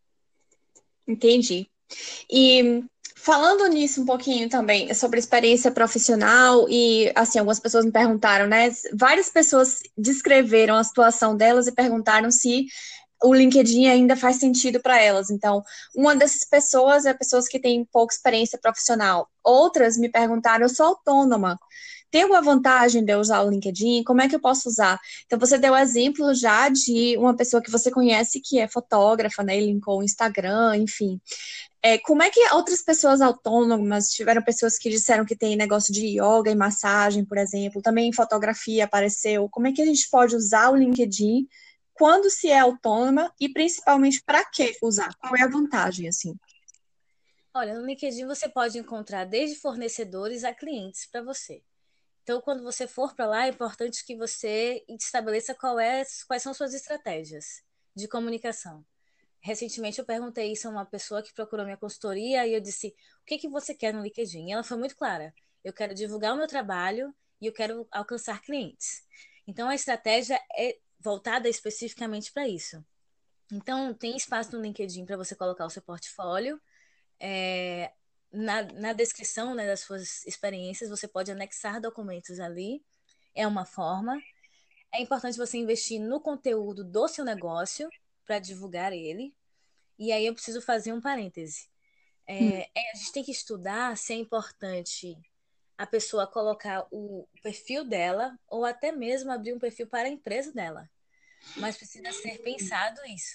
Speaker 1: Entendi. E falando nisso um pouquinho também sobre experiência profissional e assim algumas pessoas me perguntaram, né? Várias pessoas descreveram a situação delas e perguntaram se o LinkedIn ainda faz sentido para elas. Então, uma dessas pessoas é pessoas que têm pouca experiência profissional. Outras me perguntaram, eu sou autônoma. Tem alguma vantagem de eu usar o LinkedIn? Como é que eu posso usar? Então, você deu exemplo já de uma pessoa que você conhece que é fotógrafa, né? E linkou o Instagram, enfim. Como é que outras pessoas autônomas, tiveram pessoas que disseram que tem negócio de yoga e massagem, por exemplo, também fotografia apareceu. Como é que a gente pode usar o LinkedIn quando se é autônoma e principalmente para que usar? Qual é a vantagem, assim?
Speaker 2: Olha, no LinkedIn você pode encontrar desde fornecedores a clientes para você. Então, quando você for para lá, é importante que você estabeleça quais são suas estratégias de comunicação. Recentemente eu perguntei isso a uma pessoa que procurou minha consultoria e eu disse: "O que que você quer no LinkedIn?" E ela foi muito clara: "Eu quero divulgar o meu trabalho e eu quero alcançar clientes." Então, a estratégia é voltada especificamente para isso. Então, tem espaço no LinkedIn para você colocar o seu portfólio. É, na descrição, né, das suas experiências, você pode anexar documentos ali. É uma forma. É importante você investir no conteúdo do seu negócio para divulgar ele. E aí eu preciso fazer um parêntese. A gente tem que estudar se é importante a pessoa colocar o perfil dela ou até mesmo abrir um perfil para a empresa dela. Mas precisa ser pensado isso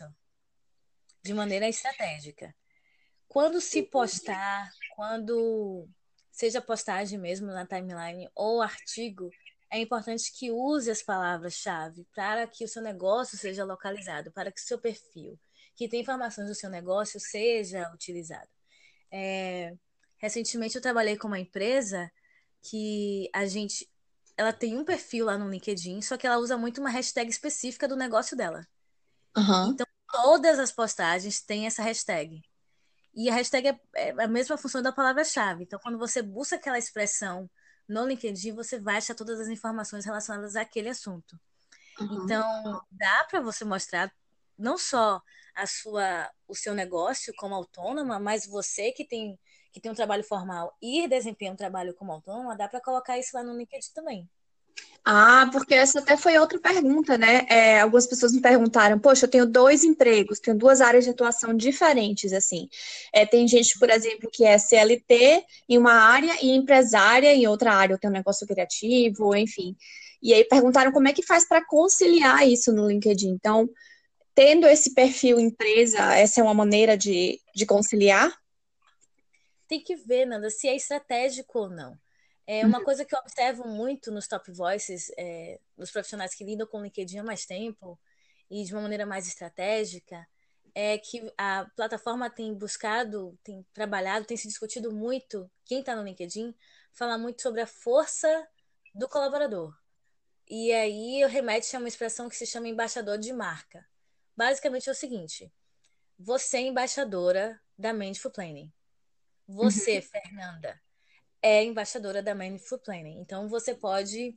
Speaker 2: de maneira estratégica. Quando se postar, quando seja postagem mesmo na timeline ou artigo, é importante que use as palavras-chave para que o seu negócio seja localizado, para que o seu perfil, que tem informações do seu negócio, seja utilizado. Recentemente eu trabalhei com uma empresa que ela tem um perfil lá no LinkedIn, só que ela usa muito uma hashtag específica do negócio dela.
Speaker 1: Aham.
Speaker 2: Então, todas as postagens têm essa hashtag. E a hashtag é a mesma função da palavra-chave. Então, quando você busca aquela expressão no LinkedIn, você vai achar todas as informações relacionadas àquele assunto.
Speaker 1: Aham.
Speaker 2: Então, dá para você mostrar não só o seu negócio como autônoma, mas você que tem um trabalho formal e desempenha um trabalho como autônoma, dá para colocar isso lá no LinkedIn também.
Speaker 1: Ah, porque essa até foi outra pergunta, né? Algumas pessoas me perguntaram, poxa, eu tenho dois empregos, tenho duas áreas de atuação diferentes, assim. Tem gente, por exemplo, que é CLT em uma área e empresária em outra área, eu tenho um negócio criativo, enfim. E aí perguntaram como é que faz para conciliar isso no LinkedIn. Então, tendo esse perfil empresa, essa é uma maneira de conciliar?
Speaker 2: Tem que ver, Nanda, se é estratégico ou não. É uma coisa que eu observo muito nos top voices, nos profissionais que lidam com o LinkedIn há mais tempo e de uma maneira mais estratégica, é que a plataforma tem buscado, tem trabalhado, tem se discutido muito, quem está no LinkedIn, fala muito sobre a força do colaborador. E aí eu remete a uma expressão que se chama embaixador de marca. Basicamente é o seguinte: você é embaixadora da Mindful Planning. Você, Fernanda, é embaixadora da Mindful Planning. Então, você pode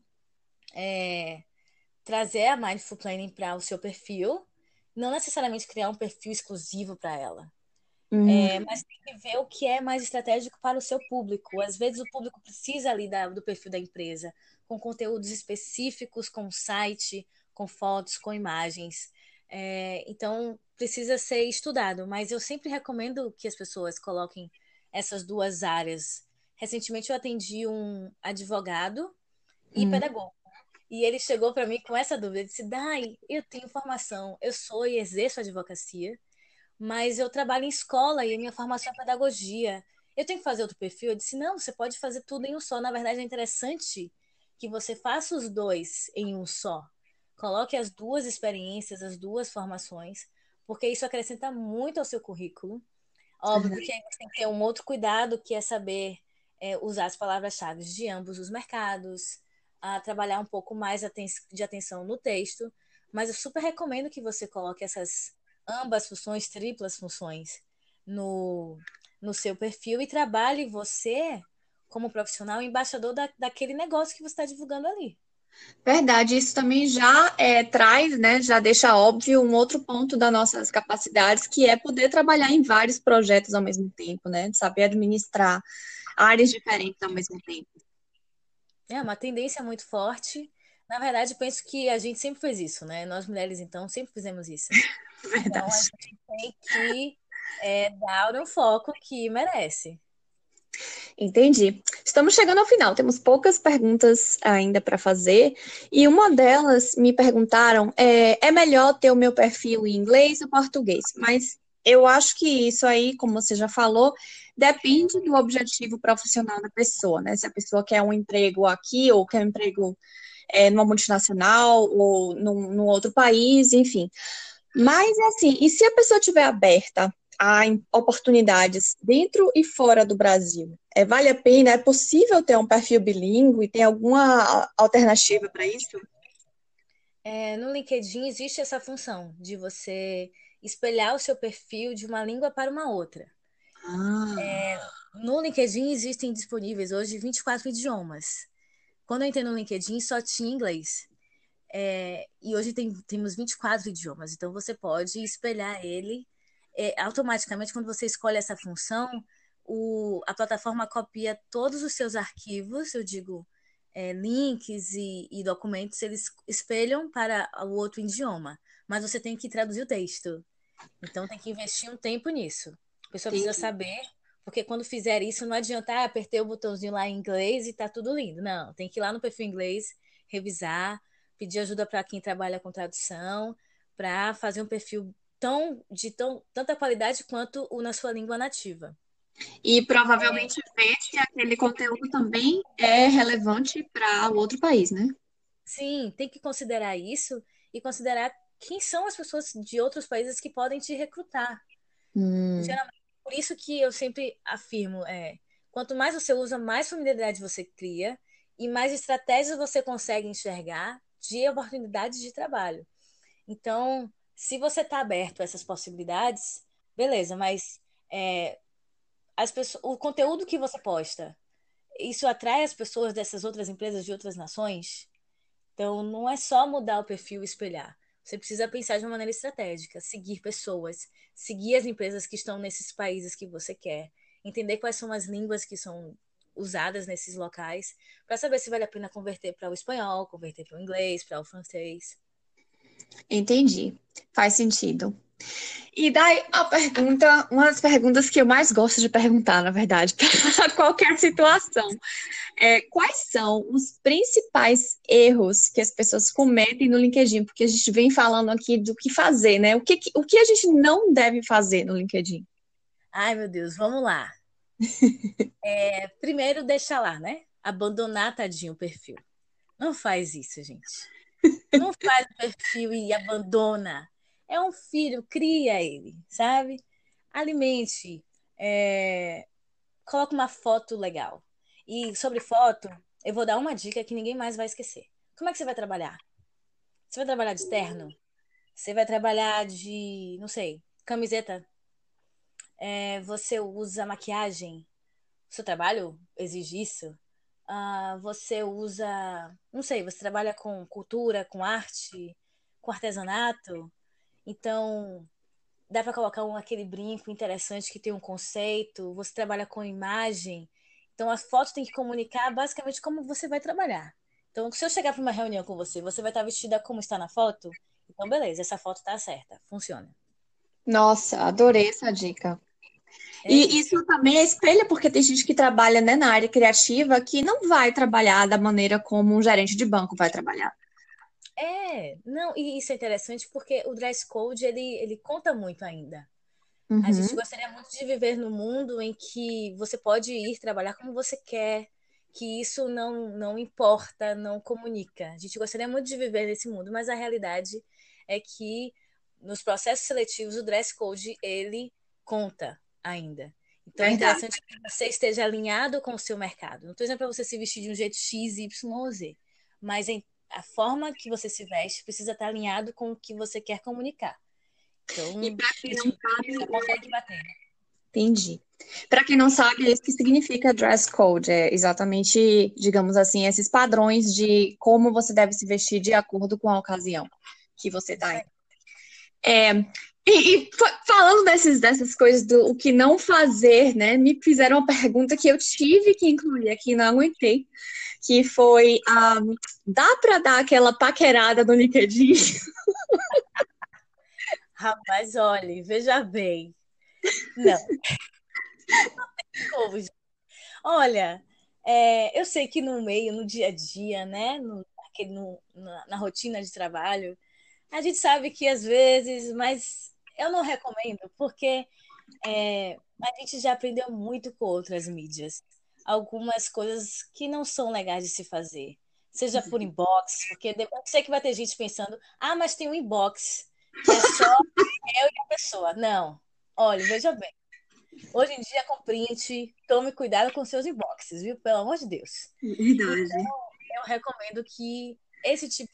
Speaker 2: trazer a Mindful Planning para o seu perfil, não necessariamente criar um perfil exclusivo para ela,
Speaker 1: Hum,
Speaker 2: mas tem que ver o que é mais estratégico para o seu público. Às vezes, o público precisa ali do perfil da empresa, com conteúdos específicos, com site, com fotos, com imagens. Então, precisa ser estudado, mas eu sempre recomendo que as pessoas coloquem essas duas áreas. Recentemente, eu atendi um advogado e
Speaker 1: hum.
Speaker 2: pedagogo. E ele chegou para mim com essa dúvida. Ele disse: Dai, eu tenho formação, eu sou e exerço advocacia, mas eu trabalho em escola e a minha formação é pedagogia. Eu tenho que fazer outro perfil? Eu disse: Não, você pode fazer tudo em um só. Na verdade, é interessante que você faça os dois em um só. Coloque as duas experiências, as duas formações, porque isso acrescenta muito ao seu currículo. Óbvio que aí você tem que ter um outro cuidado, que é saber usar as palavras-chave de ambos os mercados, trabalhar um pouco mais de atenção no texto, mas eu super recomendo que você coloque essas ambas funções, triplas funções no, no seu perfil e trabalhe você, como profissional, embaixador daquele negócio que você está divulgando ali.
Speaker 1: Verdade, isso também já traz, né, já deixa óbvio um outro ponto das nossas capacidades, que é poder trabalhar em vários projetos ao mesmo tempo, né, de saber administrar áreas diferentes ao mesmo tempo.
Speaker 2: É uma tendência muito forte. Na verdade, penso que a gente sempre fez isso, né? Nós mulheres, então, sempre fizemos isso. Então, a
Speaker 1: Verdade.
Speaker 2: gente tem que dar um foco que merece.
Speaker 1: Entendi. Estamos chegando ao final, temos poucas perguntas ainda para fazer, e uma delas me perguntaram, é melhor ter o meu perfil em inglês ou português? Mas eu acho que isso aí, como você já falou, depende do objetivo profissional da pessoa, né? Se a pessoa quer um emprego aqui ou quer um emprego numa multinacional ou num outro país, enfim. Mas, assim, e se a pessoa estiver aberta a oportunidades dentro e fora do Brasil? Vale a pena? É possível ter um perfil bilíngue? Tem alguma alternativa para isso?
Speaker 2: No LinkedIn existe essa função de você espelhar o seu perfil de uma língua para uma outra.
Speaker 1: Ah,
Speaker 2: No LinkedIn existem disponíveis hoje 24 idiomas. Quando eu entrei no LinkedIn, só tinha inglês. E hoje temos 24 idiomas. Então, você pode espelhar ele. Automaticamente, quando você escolhe essa função, a plataforma copia todos os seus arquivos, eu digo, links e documentos, eles espelham para o outro idioma. Mas você tem que traduzir o texto. Então, tem que investir um tempo nisso. A pessoa precisa
Speaker 1: entendi.
Speaker 2: saber, porque quando fizer isso, não adianta, apertei o botãozinho lá em inglês e tá tudo lindo. Não, tem que ir lá no perfil inglês, revisar, pedir ajuda para quem trabalha com tradução, para fazer um perfil tanta qualidade quanto o na sua língua nativa.
Speaker 1: E provavelmente ver que aquele conteúdo também é relevante para o outro país, né?
Speaker 2: Sim, tem que considerar isso e considerar quem são as pessoas de outros países que podem te recrutar.
Speaker 1: Hum,
Speaker 2: Geralmente, por isso que eu sempre afirmo, quanto mais você usa, mais familiaridade você cria e mais estratégias você consegue enxergar de oportunidades de trabalho. Então, se você está aberto a essas possibilidades, beleza, mas o conteúdo que você posta, isso atrai as pessoas dessas outras empresas de outras nações? Então, não é só mudar o perfil e espelhar. Você precisa pensar de uma maneira estratégica, seguir pessoas, seguir as empresas que estão nesses países que você quer, entender quais são as línguas que são usadas nesses locais, para saber se vale a pena converter para o espanhol, converter para o inglês, para o francês.
Speaker 1: entendi. Faz sentido. E daí a pergunta, uma das perguntas que eu mais gosto de perguntar, na verdade, para qualquer situação, é quais são os principais erros que as pessoas cometem no LinkedIn? Porque a gente vem falando aqui do que fazer, né? O que a gente não deve fazer no LinkedIn?
Speaker 2: Ai, meu Deus, vamos lá. Primeiro, deixa lá, né? Abandonar, tadinho, o perfil. Não faz isso, gente. Não faz o perfil e abandona. É um filho, cria ele, sabe? Alimente, coloca uma foto legal. E sobre foto, eu vou dar uma dica que ninguém mais vai esquecer. Como é que você vai trabalhar? Você vai trabalhar de terno? Você vai trabalhar de, não sei, camiseta? Você usa maquiagem? Seu trabalho exige isso? Você usa, não sei, você trabalha com cultura, com arte, com artesanato? Então, dá para colocar aquele brinco interessante que tem um conceito, você trabalha com imagem. Então, a foto tem que comunicar basicamente como você vai trabalhar. Então, se eu chegar para uma reunião com você, você vai estar vestida como está na foto? Então, beleza, essa foto está certa, funciona.
Speaker 1: Nossa, adorei essa dica.
Speaker 2: É
Speaker 1: E
Speaker 2: isso.
Speaker 1: isso também é espelho, porque tem gente que trabalha, né, na área criativa que não vai trabalhar da maneira como um gerente de banco vai trabalhar.
Speaker 2: Não, e isso é interessante porque o dress code, ele conta muito ainda. A gente
Speaker 1: Uhum.
Speaker 2: gostaria muito de viver num mundo em que você pode ir trabalhar como você quer, que isso não importa, não comunica. A gente gostaria muito de viver nesse mundo, mas a realidade é que nos processos seletivos o dress code ele conta ainda. Então é
Speaker 1: Verdade.
Speaker 2: interessante que você esteja alinhado com o seu mercado. Não estou dizendo para você se vestir de um jeito X, Y ou Z, mas a forma que você se veste precisa estar alinhado com o que você quer comunicar.
Speaker 1: E
Speaker 2: Então,
Speaker 1: para quem não
Speaker 2: isso já
Speaker 1: sabe,
Speaker 2: consegue bater.
Speaker 1: entendi. Para quem não sabe, é isso que significa dress code. É exatamente, digamos assim, esses padrões de como você deve se vestir de acordo com a ocasião que você
Speaker 2: Isso
Speaker 1: está em.
Speaker 2: aí.
Speaker 1: É, falando dessas coisas do o que não fazer, né? Me fizeram uma pergunta que eu tive que incluir aqui, não aguentei, que foi, dá para dar aquela paquerada no LinkedIn?
Speaker 2: Rapaz, olhe, veja bem. Não, como, gente? Olha, eu sei que no meio, no dia a dia, né, na rotina de trabalho, a gente sabe que às vezes, mas eu não recomendo, porque a gente já aprendeu muito com outras mídias. Algumas coisas que não são legais de se fazer. Seja por inbox, porque eu sei que vai ter gente pensando, mas tem um inbox que é só eu e a pessoa. Não. Olha, veja bem. Hoje em dia, com print, tome cuidado com seus inboxes, viu? Pelo amor de Deus. Então,
Speaker 1: Verdade.
Speaker 2: eu recomendo que esse tipo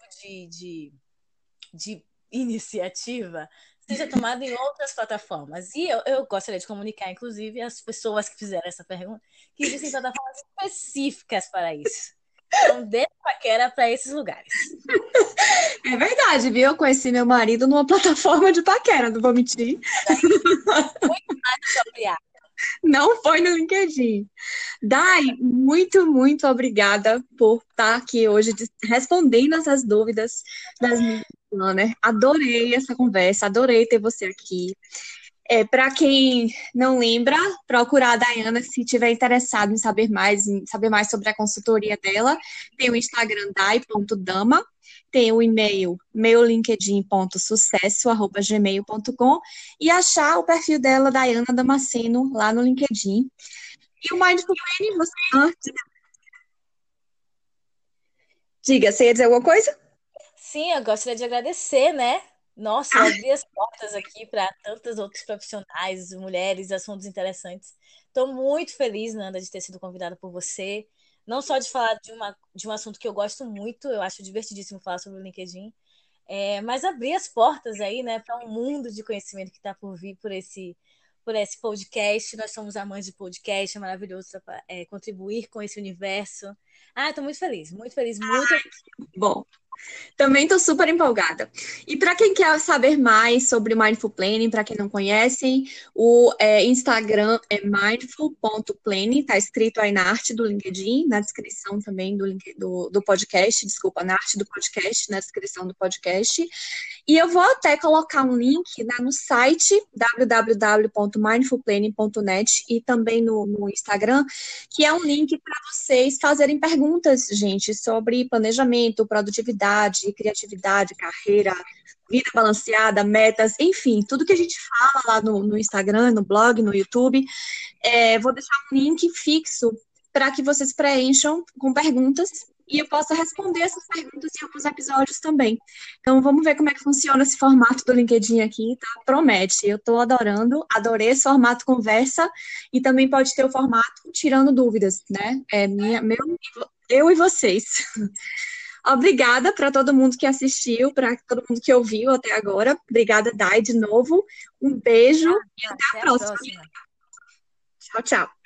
Speaker 2: de iniciativa seja tomada em outras plataformas. E eu gostaria de comunicar, inclusive, às pessoas que fizeram essa pergunta, que existem plataformas específicas para isso. Então, dê paquera para esses lugares.
Speaker 1: É verdade, viu? Eu conheci meu marido numa plataforma de paquera, não vou mentir.
Speaker 2: Muito mais apropriado.
Speaker 1: Não foi no LinkedIn. Dai, muito, muito obrigada por estar aqui hoje respondendo essas dúvidas das minhas, né? Adorei essa conversa, adorei ter você aqui. Para quem não lembra, procurar a Dayana se tiver interessado em saber mais sobre a consultoria dela. Tem o Instagram dai.dama, tem o e-mail meulinkedin.sucesso@gmail.com e achar o perfil dela, Dayana Damasceno, lá no LinkedIn. E o Mindful Planning, você... Diga, você ia dizer alguma coisa?
Speaker 2: Sim, eu gostaria de agradecer, né? Nossa, abrir as portas aqui para tantos outros profissionais, mulheres, assuntos interessantes. Estou muito feliz, Nanda, de ter sido convidada por você. Não só de falar de um assunto que eu gosto muito, eu acho divertidíssimo falar sobre o LinkedIn, mas abrir as portas aí, né, para um mundo de conhecimento que está por vir por esse podcast. Nós somos amantes de podcast, é maravilhoso contribuir com esse universo. Ah, estou muito feliz, muito feliz, muito.
Speaker 1: Bom, também estou super empolgada. E para quem quer saber mais sobre o Mindful Planning, para quem não conhece, o Instagram é mindful.planning, está escrito aí na arte do LinkedIn, na descrição também do podcast, desculpa, na arte do podcast, na descrição do podcast. E eu vou até colocar um link no site www.mindfulplanning.net e também no Instagram, que é um link para vocês fazerem perguntas, gente, sobre planejamento, produtividade, criatividade, carreira, vida balanceada, metas, enfim, tudo que a gente fala lá no Instagram, no blog, no YouTube. Vou deixar um link fixo para que vocês preencham com perguntas e eu possa responder essas perguntas em alguns episódios também. Então, vamos ver como é que funciona esse formato do LinkedIn aqui, tá? Promete. Eu estou adorando, adorei esse formato conversa e também pode ter o formato tirando dúvidas, né? Eu e vocês. Obrigada para todo mundo que assistiu, para todo mundo que ouviu até agora. Obrigada, Dai, de novo. Um beijo e até a
Speaker 2: Até a
Speaker 1: próxima.
Speaker 2: próxima.
Speaker 1: Tchau, tchau.